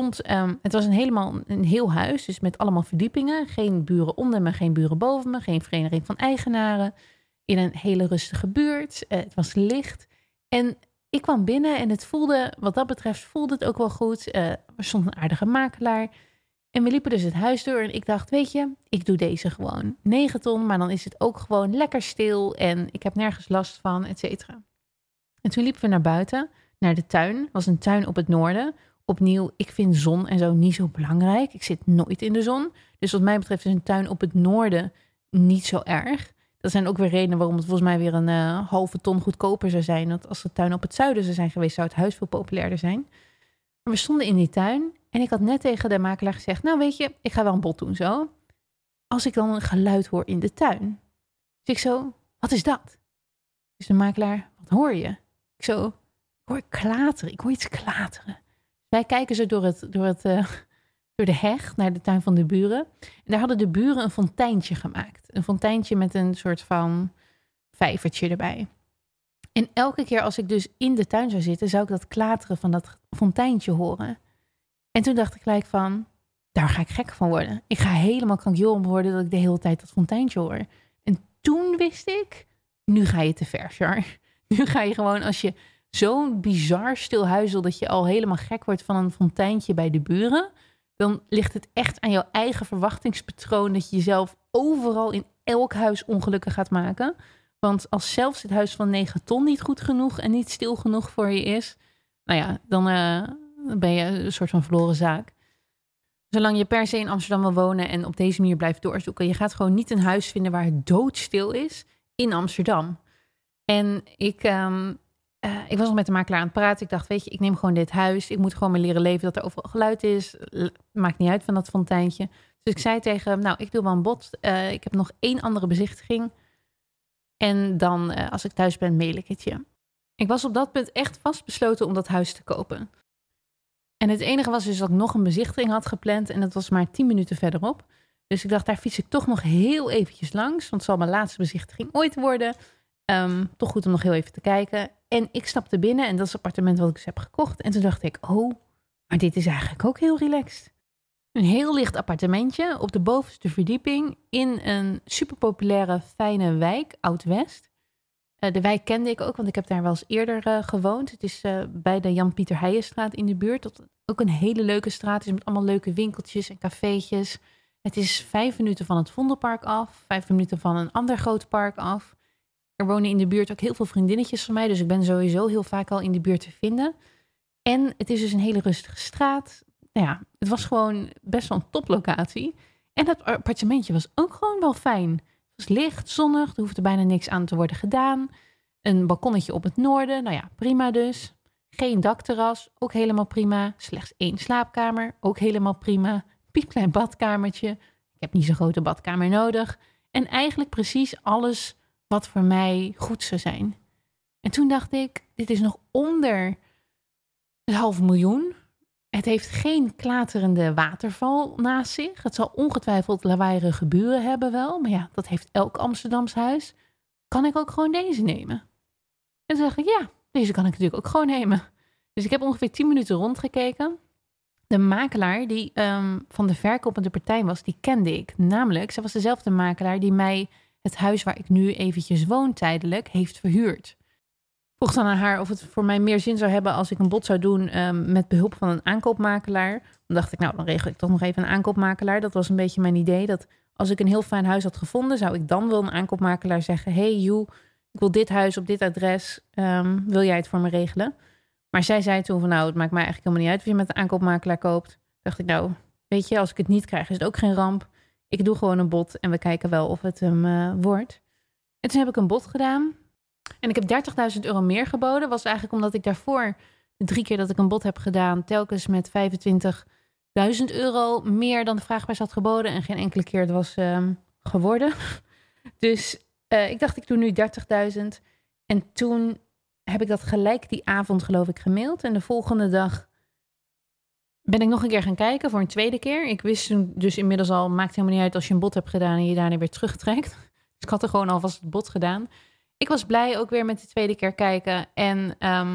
het was een heel huis, dus met allemaal verdiepingen. Geen buren onder me, geen buren boven me, geen vereniging van eigenaren. In een hele rustige buurt. Het was licht. En ik kwam binnen en wat dat betreft voelde het ook wel goed. Er stond een aardige makelaar. En we liepen dus het huis door en ik dacht, weet je, ik doe deze gewoon. 9 ton, maar dan is het ook gewoon lekker stil en ik heb nergens last van, et cetera. En toen liepen we naar buiten, naar de tuin. Het was een tuin op het noorden. Opnieuw, ik vind zon en zo niet zo belangrijk. Ik zit nooit in de zon. Dus wat mij betreft is een tuin op het noorden niet zo erg. Dat zijn ook weer redenen waarom het volgens mij weer een halve ton goedkoper zou zijn. Want als de tuin op het zuiden zou zijn geweest, zou het huis veel populairder zijn. Maar we stonden in die tuin en ik had net tegen de makelaar gezegd, nou weet je, ik ga wel een bod doen zo. Als ik dan een geluid hoor in de tuin. Dus ik zo, wat is dat? Dus de makelaar, wat hoor je? Ik zo, ik hoor klateren, ik hoor iets klateren. Wij kijken zo door de heg naar de tuin van de buren. En daar hadden de buren een fonteintje gemaakt. Een fonteintje met een soort van vijvertje erbij. En elke keer als ik dus in de tuin zou zitten, zou ik dat klateren van dat fonteintje horen. En toen dacht ik gelijk van, daar ga ik gek van worden. Ik ga helemaal krankjoren worden dat ik de hele tijd dat fonteintje hoor. En toen wist ik, nu ga je te ver, Char. Nu ga je gewoon, als je zo'n bizar stil huis wil dat je al helemaal gek wordt van een fonteintje bij de buren, dan ligt het echt aan jouw eigen verwachtingspatroon dat je jezelf overal in elk huis ongelukkig gaat maken. Want als zelfs het huis van 9 ton niet goed genoeg en niet stil genoeg voor je is, nou ja, dan ben je een soort van verloren zaak. Zolang je per se in Amsterdam wil wonen en op deze manier blijft doorzoeken, je gaat gewoon niet een huis vinden waar het doodstil is in Amsterdam. En ik was nog met de makelaar aan het praten. Ik dacht, weet je, ik neem gewoon dit huis. Ik moet gewoon maar leren leven dat er overal geluid is. Maakt niet uit van dat fonteintje. Dus ik zei tegen hem, nou, ik doe wel een bod. Ik heb nog 1 andere bezichtiging. En dan, als ik thuis ben, mail ik het je. Ik was op dat punt echt vastbesloten om dat huis te kopen. En het enige was dus dat ik nog een bezichtiging had gepland. En dat was maar 10 minuten verderop. Dus ik dacht, daar fiets ik toch nog heel eventjes langs. Want het zal mijn laatste bezichtiging ooit worden. Toch goed om nog heel even te kijken. En ik stapte binnen en dat is het appartement wat ik dus heb gekocht. En toen dacht ik, oh, maar dit is eigenlijk ook heel relaxed. Een heel licht appartementje op de bovenste verdieping in een superpopulaire, fijne wijk, Oud-West. De wijk kende ik ook, want ik heb daar wel eens eerder gewoond. Het is bij de Jan-Pieter Heijenstraat in de buurt. Dat ook een hele leuke straat is met allemaal leuke winkeltjes en cafeetjes. Het is 5 minuten van het Vondelpark af, 5 minuten van een ander groot park af. Er wonen in de buurt ook heel veel vriendinnetjes van mij. Dus ik ben sowieso heel vaak al in de buurt te vinden. En het is dus een hele rustige straat. Nou ja, het was gewoon best wel een toplocatie. En dat appartementje was ook gewoon wel fijn. Het was licht, zonnig. Er hoefde bijna niks aan te worden gedaan. Een balkonnetje op het noorden. Nou ja, prima dus. Geen dakterras. Ook helemaal prima. Slechts 1 slaapkamer. Ook helemaal prima. Piepklein badkamertje. Ik heb niet zo'n grote badkamer nodig. En eigenlijk precies alles wat voor mij goed zou zijn. En toen dacht ik, dit is nog onder het 500.000. Het heeft geen klaterende waterval naast zich. Het zal ongetwijfeld lawaaierige buren hebben wel. Maar ja, dat heeft elk Amsterdams huis. Kan ik ook gewoon deze nemen? En toen dacht ik, ja, deze kan ik natuurlijk ook gewoon nemen. Dus ik heb ongeveer 10 minuten rondgekeken. De makelaar die van de verkopende partij was, die kende ik. Namelijk, zij was dezelfde makelaar die mij het huis waar ik nu eventjes woon tijdelijk heeft verhuurd. Vroeg dan aan haar of het voor mij meer zin zou hebben als ik een bod zou doen met behulp van een aankoopmakelaar. Dan dacht ik, nou, dan regel ik toch nog even een aankoopmakelaar. Dat was een beetje mijn idee, dat als ik een heel fijn huis had gevonden, zou ik dan wel een aankoopmakelaar zeggen, hey joe, ik wil dit huis op dit adres, wil jij het voor me regelen? Maar zij zei toen van, nou, het maakt mij eigenlijk helemaal niet uit of je met een aankoopmakelaar koopt. Dacht ik, nou, weet je, als ik het niet krijg, is het ook geen ramp. Ik doe gewoon een bod en we kijken wel of het hem wordt. En toen heb ik een bod gedaan. En ik heb €30.000 meer geboden. Was eigenlijk omdat ik daarvoor, de 3 keer dat ik een bod heb gedaan, telkens met €25.000 meer dan de vraagprijs had geboden. En geen enkele keer het was geworden. Dus ik dacht, ik doe nu 30.000. En toen heb ik dat gelijk die avond, geloof ik, gemaild. En de volgende dag ben ik nog een keer gaan kijken voor een tweede keer. Ik wist toen dus inmiddels al, maakt helemaal niet uit als je een bod hebt gedaan en je daarna weer terugtrekt. Dus ik had er gewoon alvast het bod gedaan. Ik was blij ook weer met de tweede keer kijken. En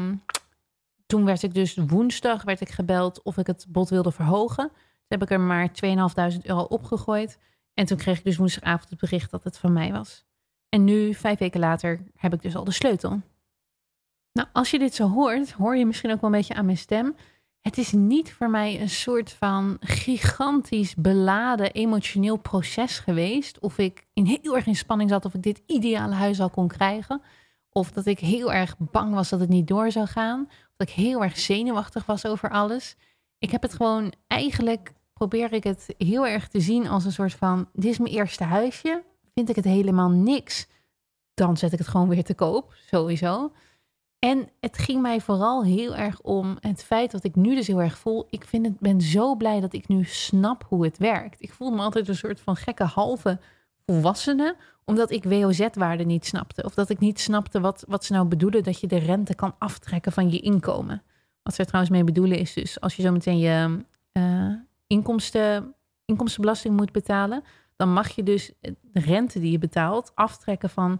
toen werd ik dus woensdag gebeld of ik het bod wilde verhogen. Toen heb ik er maar €2.500 opgegooid. En toen kreeg ik dus woensdagavond het bericht dat het van mij was. En nu, 5 weken later, heb ik dus al de sleutel. Nou, als je dit zo hoort, hoor je misschien ook wel een beetje aan mijn stem. Het is niet voor mij een soort van gigantisch beladen emotioneel proces geweest. Of ik heel erg in spanning zat of ik dit ideale huis al kon krijgen. Of dat ik heel erg bang was dat het niet door zou gaan. Of dat ik heel erg zenuwachtig was over alles. Ik heb het gewoon, eigenlijk probeer ik het heel erg te zien als een soort van, dit is mijn eerste huisje. Vind ik het helemaal niks, dan zet ik het gewoon weer te koop, sowieso. En het ging mij vooral heel erg om het feit dat ik nu dus heel erg voel. Ik ben zo blij dat ik nu snap hoe het werkt. Ik voelde me altijd een soort van gekke halve volwassene, omdat ik WOZ-waarde niet snapte. Of dat ik niet snapte wat ze nou bedoelen dat je de rente kan aftrekken van je inkomen. Wat ze er trouwens mee bedoelen is dus, als je zo meteen je inkomstenbelasting moet betalen, dan mag je dus de rente die je betaalt aftrekken van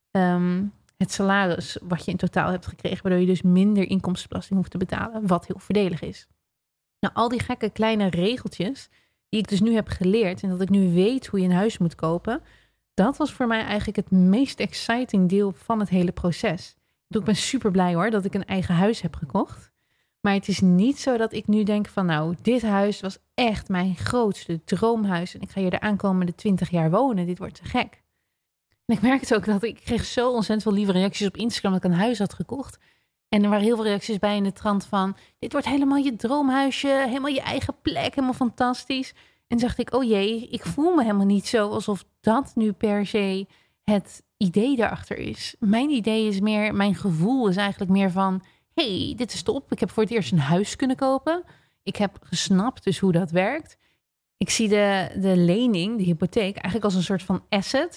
het salaris wat je in totaal hebt gekregen, waardoor je dus minder inkomstenbelasting hoeft te betalen, wat heel voordelig is. Nou, al die gekke kleine regeltjes die ik dus nu heb geleerd en dat ik nu weet hoe je een huis moet kopen, dat was voor mij eigenlijk het meest exciting deel van het hele proces. Ik ben super blij hoor dat ik een eigen huis heb gekocht. Maar het is niet zo dat ik nu denk van, nou, dit huis was echt mijn grootste droomhuis en ik ga hier de aankomende 20 jaar wonen. Dit wordt te gek. En ik merkte ook dat ik kreeg zo ontzettend veel lieve reacties op Instagram dat ik een huis had gekocht. En er waren heel veel reacties bij in de trant van, dit wordt helemaal je droomhuisje, helemaal je eigen plek, helemaal fantastisch. En toen dacht ik, oh jee, ik voel me helemaal niet zo alsof dat nu per se het idee daarachter is. Mijn idee is meer, mijn gevoel is eigenlijk meer van, hey, dit is top. Ik heb voor het eerst een huis kunnen kopen. Ik heb gesnapt dus hoe dat werkt. Ik zie de lening, de hypotheek, eigenlijk als een soort van asset.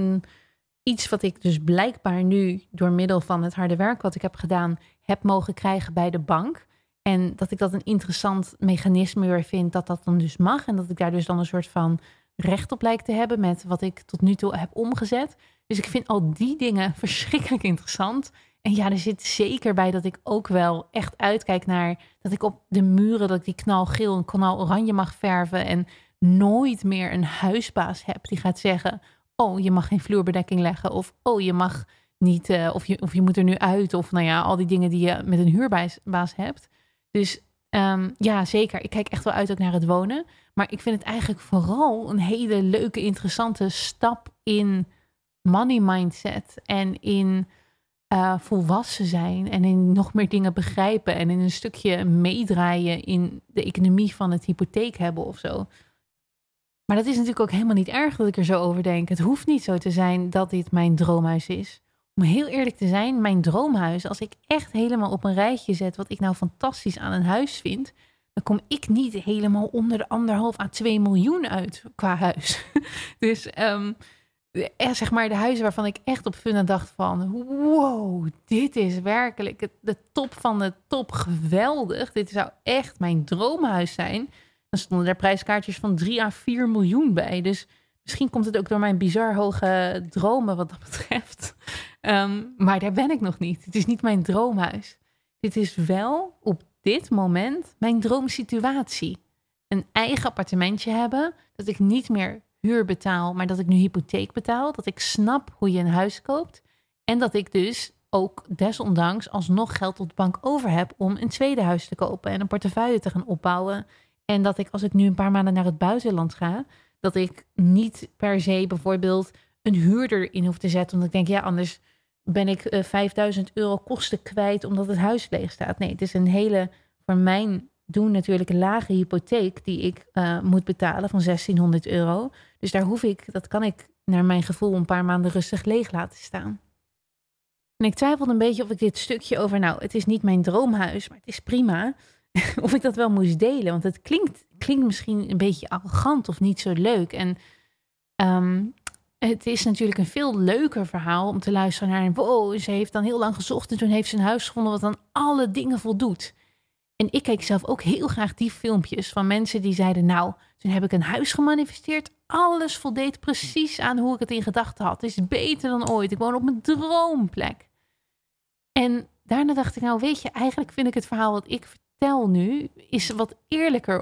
Iets wat ik dus blijkbaar nu door middel van het harde werk wat ik heb gedaan, heb mogen krijgen bij de bank. En dat ik dat een interessant mechanisme weer vind dat dat dan dus mag. En dat ik daar dus dan een soort van recht op lijkt te hebben met wat ik tot nu toe heb omgezet. Dus ik vind al die dingen verschrikkelijk interessant. En ja, er zit zeker bij dat ik ook wel echt uitkijk naar dat ik op de muren, dat ik die knalgeel en knaloranje mag verven. En nooit meer een huisbaas heb die gaat zeggen, oh, je mag geen vloerbedekking leggen. Of oh, je mag niet, of je moet er nu uit. Of nou ja, al die dingen die je met een huurbaas hebt. Dus ja, zeker. Ik kijk echt wel uit ook naar het wonen. Maar ik vind het eigenlijk vooral een hele leuke, interessante stap in money mindset. En in volwassen zijn. En in nog meer dingen begrijpen. En in een stukje meedraaien in de economie van het hypotheek hebben of zo. Maar dat is natuurlijk ook helemaal niet erg dat ik er zo over denk. Het hoeft niet zo te zijn dat dit mijn droomhuis is. Om heel eerlijk te zijn, mijn droomhuis, als ik echt helemaal op een rijtje zet wat ik nou fantastisch aan een huis vind, dan kom ik niet helemaal onder de 1,5 à 2 miljoen uit qua huis. Dus zeg maar de huizen waarvan ik echt op funda dacht van, wow, dit is werkelijk de top van de top, geweldig. Dit zou echt mijn droomhuis zijn. Dan stonden er prijskaartjes van 3 à 4 miljoen bij. Dus misschien komt het ook door mijn bizar hoge dromen wat dat betreft. Maar daar ben ik nog niet. Het is niet mijn droomhuis. Dit is wel op dit moment mijn droomsituatie. Een eigen appartementje hebben. Dat ik niet meer huur betaal, maar dat ik nu hypotheek betaal. Dat ik snap hoe je een huis koopt. En dat ik dus ook desondanks alsnog geld op de bank over heb om een tweede huis te kopen en een portefeuille te gaan opbouwen. En dat ik, als ik nu een paar maanden naar het buitenland ga, dat ik niet per se bijvoorbeeld een huurder in hoef te zetten. Omdat ik denk, ja, anders ben ik €5.000 kosten kwijt omdat het huis leeg staat. Nee, het is een hele, voor mijn doen natuurlijk, een lage hypotheek die ik moet betalen van €1.600. Dus daar dat kan ik naar mijn gevoel een paar maanden rustig leeg laten staan. En ik twijfelde een beetje of ik dit stukje over, nou, het is niet mijn droomhuis, maar het is prima, of ik dat wel moest delen. Want het klinkt misschien een beetje arrogant of niet zo leuk. En het is natuurlijk een veel leuker verhaal om te luisteren naar, wow, ze heeft dan heel lang gezocht en toen heeft ze een huis gevonden wat aan alle dingen voldoet. En ik keek zelf ook heel graag die filmpjes van mensen die zeiden, nou, toen heb ik een huis gemanifesteerd. Alles voldeed precies aan hoe ik het in gedachten had. Het is beter dan ooit. Ik woon op mijn droomplek. En daarna dacht ik, nou weet je, eigenlijk vind ik het verhaal wat ik vertel nu is wat eerlijker.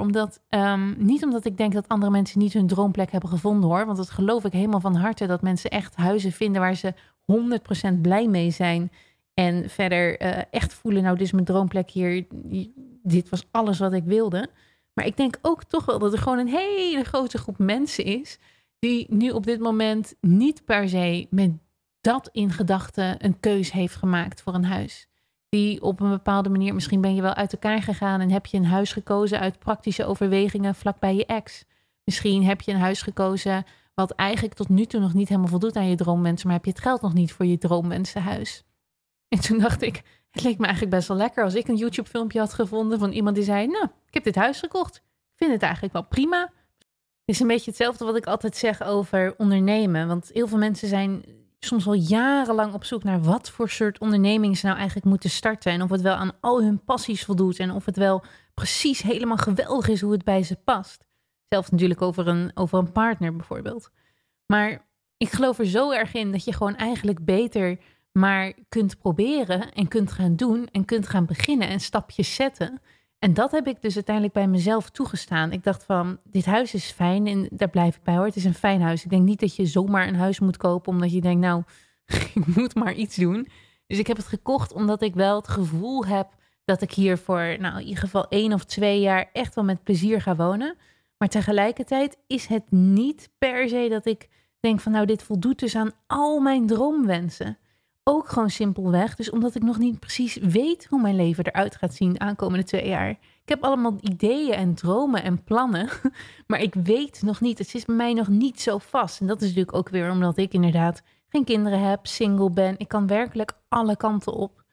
Niet omdat ik denk dat andere mensen niet hun droomplek hebben gevonden hoor. Want dat geloof ik helemaal van harte, dat mensen echt huizen vinden waar ze 100% blij mee zijn. En verder echt voelen, nou dit is mijn droomplek hier. Dit was alles wat ik wilde. Maar ik denk ook toch wel dat er gewoon een hele grote groep mensen is die nu op dit moment niet per se met dat in gedachten een keus heeft gemaakt voor een huis. Die op een bepaalde manier, misschien ben je wel uit elkaar gegaan en heb je een huis gekozen uit praktische overwegingen vlakbij je ex. Misschien heb je een huis gekozen wat eigenlijk tot nu toe nog niet helemaal voldoet aan je droomwensen, maar heb je het geld nog niet voor je droomwensenhuis. En toen dacht ik, het leek me eigenlijk best wel lekker als ik een YouTube filmpje had gevonden van iemand die zei, nou, ik heb dit huis gekocht. Ik vind het eigenlijk wel prima. Het is een beetje hetzelfde wat ik altijd zeg over ondernemen. Want heel veel mensen zijn soms al jarenlang op zoek naar wat voor soort onderneming ze nou eigenlijk moeten starten. En of het wel aan al hun passies voldoet. En of het wel precies helemaal geweldig is hoe het bij ze past. Zelfs natuurlijk over een partner bijvoorbeeld. Maar ik geloof er zo erg in dat je gewoon eigenlijk beter maar kunt proberen en kunt gaan doen en kunt gaan beginnen en stapjes zetten. En dat heb ik dus uiteindelijk bij mezelf toegestaan. Ik dacht van, dit huis is fijn en daar blijf ik bij hoor. Het is een fijn huis. Ik denk niet dat je zomaar een huis moet kopen omdat je denkt, nou, ik moet maar iets doen. Dus ik heb het gekocht omdat ik wel het gevoel heb dat ik hier voor, nou, in ieder geval 1 of 2 jaar echt wel met plezier ga wonen. Maar tegelijkertijd is het niet per se dat ik denk van, nou, dit voldoet dus aan al mijn droomwensen. Ook gewoon simpelweg. Dus omdat ik nog niet precies weet hoe mijn leven eruit gaat zien de aankomende 2 jaar. Ik heb allemaal ideeën en dromen en plannen. Maar ik weet nog niet. Het is bij mij nog niet zo vast. En dat is natuurlijk ook weer omdat ik inderdaad geen kinderen heb, single ben. Ik kan werkelijk alle kanten op.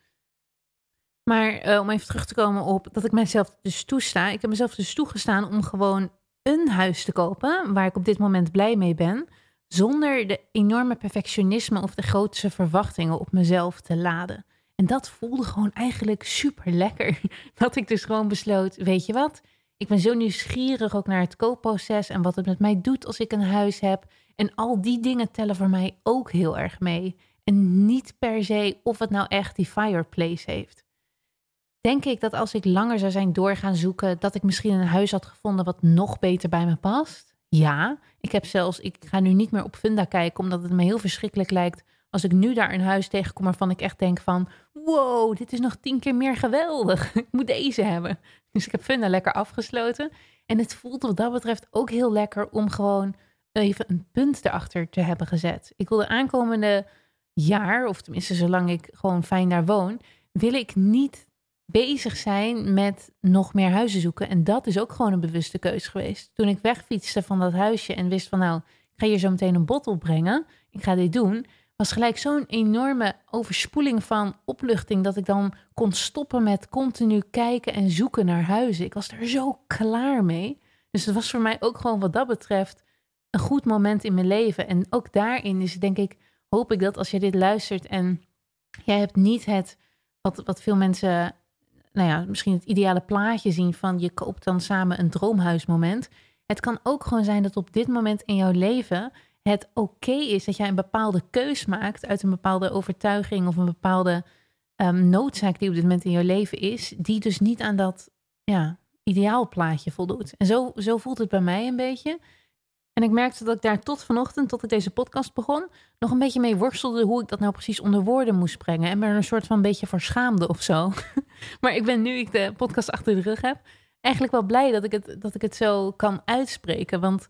Maar om even terug te komen op dat ik mezelf dus toesta. Ik heb mezelf dus toegestaan om gewoon een huis te kopen waar ik op dit moment blij mee ben. Zonder de enorme perfectionisme of de grootste verwachtingen op mezelf te laden. En dat voelde gewoon eigenlijk super lekker. Dat ik dus gewoon besloot, weet je wat? Ik ben zo nieuwsgierig ook naar het koopproces en wat het met mij doet als ik een huis heb. En al die dingen tellen voor mij ook heel erg mee. En niet per se of het nou echt die fireplace heeft. Denk ik dat als ik langer zou zijn doorgaan zoeken, dat ik misschien een huis had gevonden wat nog beter bij me past? Ja, ik ga nu niet meer op Funda kijken, omdat het me heel verschrikkelijk lijkt als ik nu daar een huis tegenkom waarvan ik echt denk van, wow, dit is nog 10 keer meer geweldig. Ik moet deze hebben. Dus ik heb Funda lekker afgesloten. En het voelt wat dat betreft ook heel lekker om gewoon even een punt erachter te hebben gezet. Ik wil de aankomende jaar, of tenminste zolang ik gewoon fijn daar woon, wil ik niet bezig zijn met nog meer huizen zoeken. En dat is ook gewoon een bewuste keus geweest. Toen ik wegfietste van dat huisje en wist van, nou, ik ga hier zo meteen een bot opbrengen. Ik ga dit doen. Was gelijk zo'n enorme overspoeling van opluchting dat ik dan kon stoppen met continu kijken en zoeken naar huizen. Ik was daar zo klaar mee. Dus het was voor mij ook gewoon wat dat betreft een goed moment in mijn leven. En ook daarin is denk ik, hoop ik dat als je dit luistert en jij hebt niet het, wat veel mensen, nou ja, misschien het ideale plaatje zien van je koopt dan samen een droomhuismoment. Het kan ook gewoon zijn dat op dit moment in jouw leven het oké is dat jij een bepaalde keus maakt uit een bepaalde overtuiging of een bepaalde noodzaak die op dit moment in jouw leven is, die dus niet aan dat ideaalplaatje voldoet. En zo voelt het bij mij een beetje. En ik merkte dat ik daar tot vanochtend, tot ik deze podcast begon, nog een beetje mee worstelde hoe ik dat nou precies onder woorden moest brengen. En me er een soort van beetje voor schaamde of zo. Maar ik ben, nu ik de podcast achter de rug heb, eigenlijk wel blij dat ik het zo kan uitspreken. Want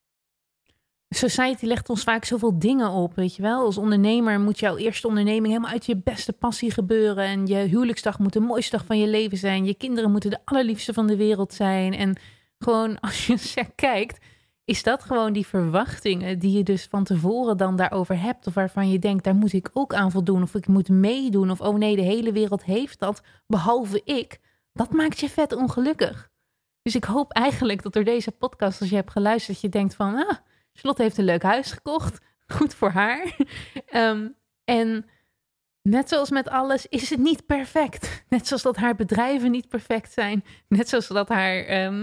society legt ons vaak zoveel dingen op, weet je wel. Als ondernemer moet jouw eerste onderneming helemaal uit je beste passie gebeuren. En je huwelijksdag moet de mooiste dag van je leven zijn. Je kinderen moeten de allerliefste van de wereld zijn. En gewoon, als je kijkt, is dat gewoon die verwachtingen die je dus van tevoren dan daarover hebt. Of waarvan je denkt, daar moet ik ook aan voldoen. Of ik moet meedoen. Of oh nee, de hele wereld heeft dat, behalve ik. Dat maakt je vet ongelukkig. Dus ik hoop eigenlijk dat door deze podcast, als je hebt geluisterd, dat je denkt van, Charlotte heeft een leuk huis gekocht. Goed voor haar. En net zoals met alles is het niet perfect. Net zoals dat haar bedrijven niet perfect zijn. Net zoals dat haar...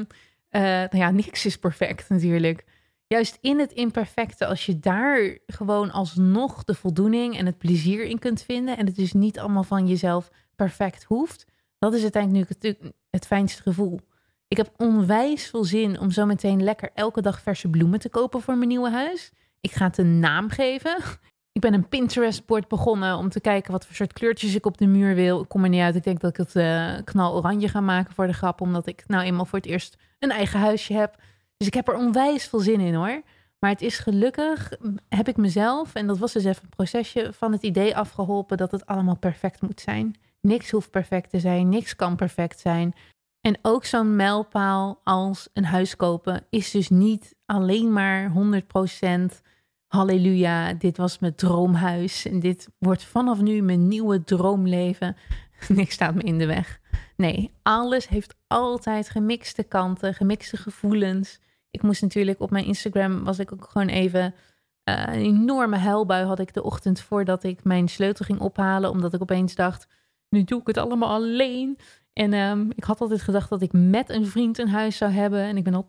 niks is perfect natuurlijk. Juist in het imperfecte, als je daar gewoon alsnog de voldoening en het plezier in kunt vinden. En het dus niet allemaal van jezelf perfect hoeft. Dat is uiteindelijk natuurlijk het fijnste gevoel. Ik heb onwijs veel zin om zo meteen lekker elke dag verse bloemen te kopen voor mijn nieuwe huis. Ik ga het een naam geven. Ik ben een Pinterest-bord begonnen om te kijken wat voor soort kleurtjes ik op de muur wil. Ik kom er niet uit. Ik denk dat ik het knaloranje ga maken voor de grap. Omdat ik nou eenmaal voor het eerst een eigen huisje heb. Dus ik heb er onwijs veel zin in hoor. Maar het is gelukkig, heb ik mezelf, en dat was dus even een procesje, van het idee afgeholpen dat het allemaal perfect moet zijn. Niks hoeft perfect te zijn. Niks kan perfect zijn. En ook zo'n mijlpaal als een huis kopen is dus niet alleen maar 100% halleluja, dit was mijn droomhuis en dit wordt vanaf nu mijn nieuwe droomleven. Niks staat me in de weg. Nee, alles heeft altijd gemixte kanten, gemixte gevoelens. Ik moest natuurlijk op mijn Instagram, was ik ook gewoon even een enorme huilbui had ik de ochtend voordat ik mijn sleutel ging ophalen, omdat ik opeens dacht, nu doe ik het allemaal alleen. En ik had altijd gedacht dat ik met een vriend een huis zou hebben. En ik ben al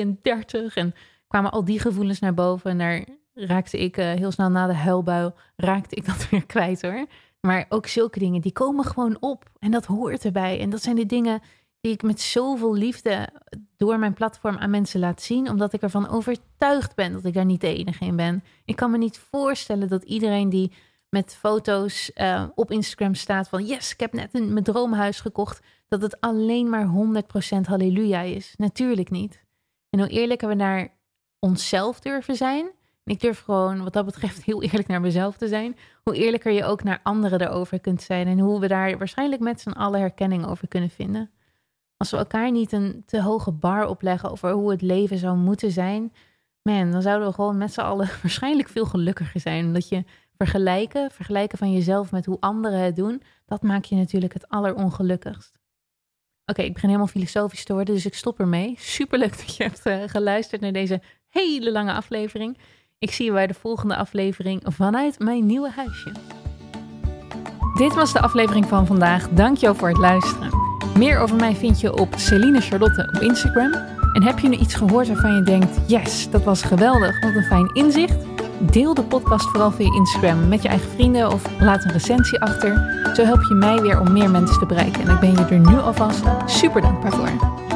32 en kwamen al die gevoelens naar boven. En daar raakte ik heel snel na de huilbui, raakte ik dat weer kwijt hoor. Maar ook zulke dingen, die komen gewoon op. En dat hoort erbij. En dat zijn de dingen die ik met zoveel liefde door mijn platform aan mensen laat zien. Omdat ik ervan overtuigd ben dat ik daar niet de enige in ben. Ik kan me niet voorstellen dat iedereen die met foto's op Instagram staat van yes, ik heb net mijn droomhuis gekocht, dat het alleen maar 100% halleluja is. Natuurlijk niet. En hoe eerlijker we naar onszelf durven zijn, en ik durf gewoon wat dat betreft heel eerlijk naar mezelf te zijn, hoe eerlijker je ook naar anderen erover kunt zijn en hoe we daar waarschijnlijk met z'n allen herkenning over kunnen vinden. Als we elkaar niet een te hoge bar opleggen over hoe het leven zou moeten zijn, dan zouden we gewoon met z'n allen waarschijnlijk veel gelukkiger zijn. Omdat je vergelijken van jezelf met hoe anderen het doen, dat maakt je natuurlijk het allerongelukkigst. Oké, ik begin helemaal filosofisch te worden, dus ik stop ermee. Superleuk dat je hebt geluisterd naar deze hele lange aflevering. Ik zie je bij de volgende aflevering vanuit mijn nieuwe huisje. Dit was de aflevering van vandaag. Dank je voor het luisteren. Meer over mij vind je op Celine Charlotte op Instagram. En heb je nu iets gehoord waarvan je denkt, yes, dat was geweldig, wat een fijn inzicht? Deel de podcast vooral via Instagram met je eigen vrienden of laat een recensie achter. Zo help je mij weer om meer mensen te bereiken. En ik ben je er nu alvast super dankbaar voor.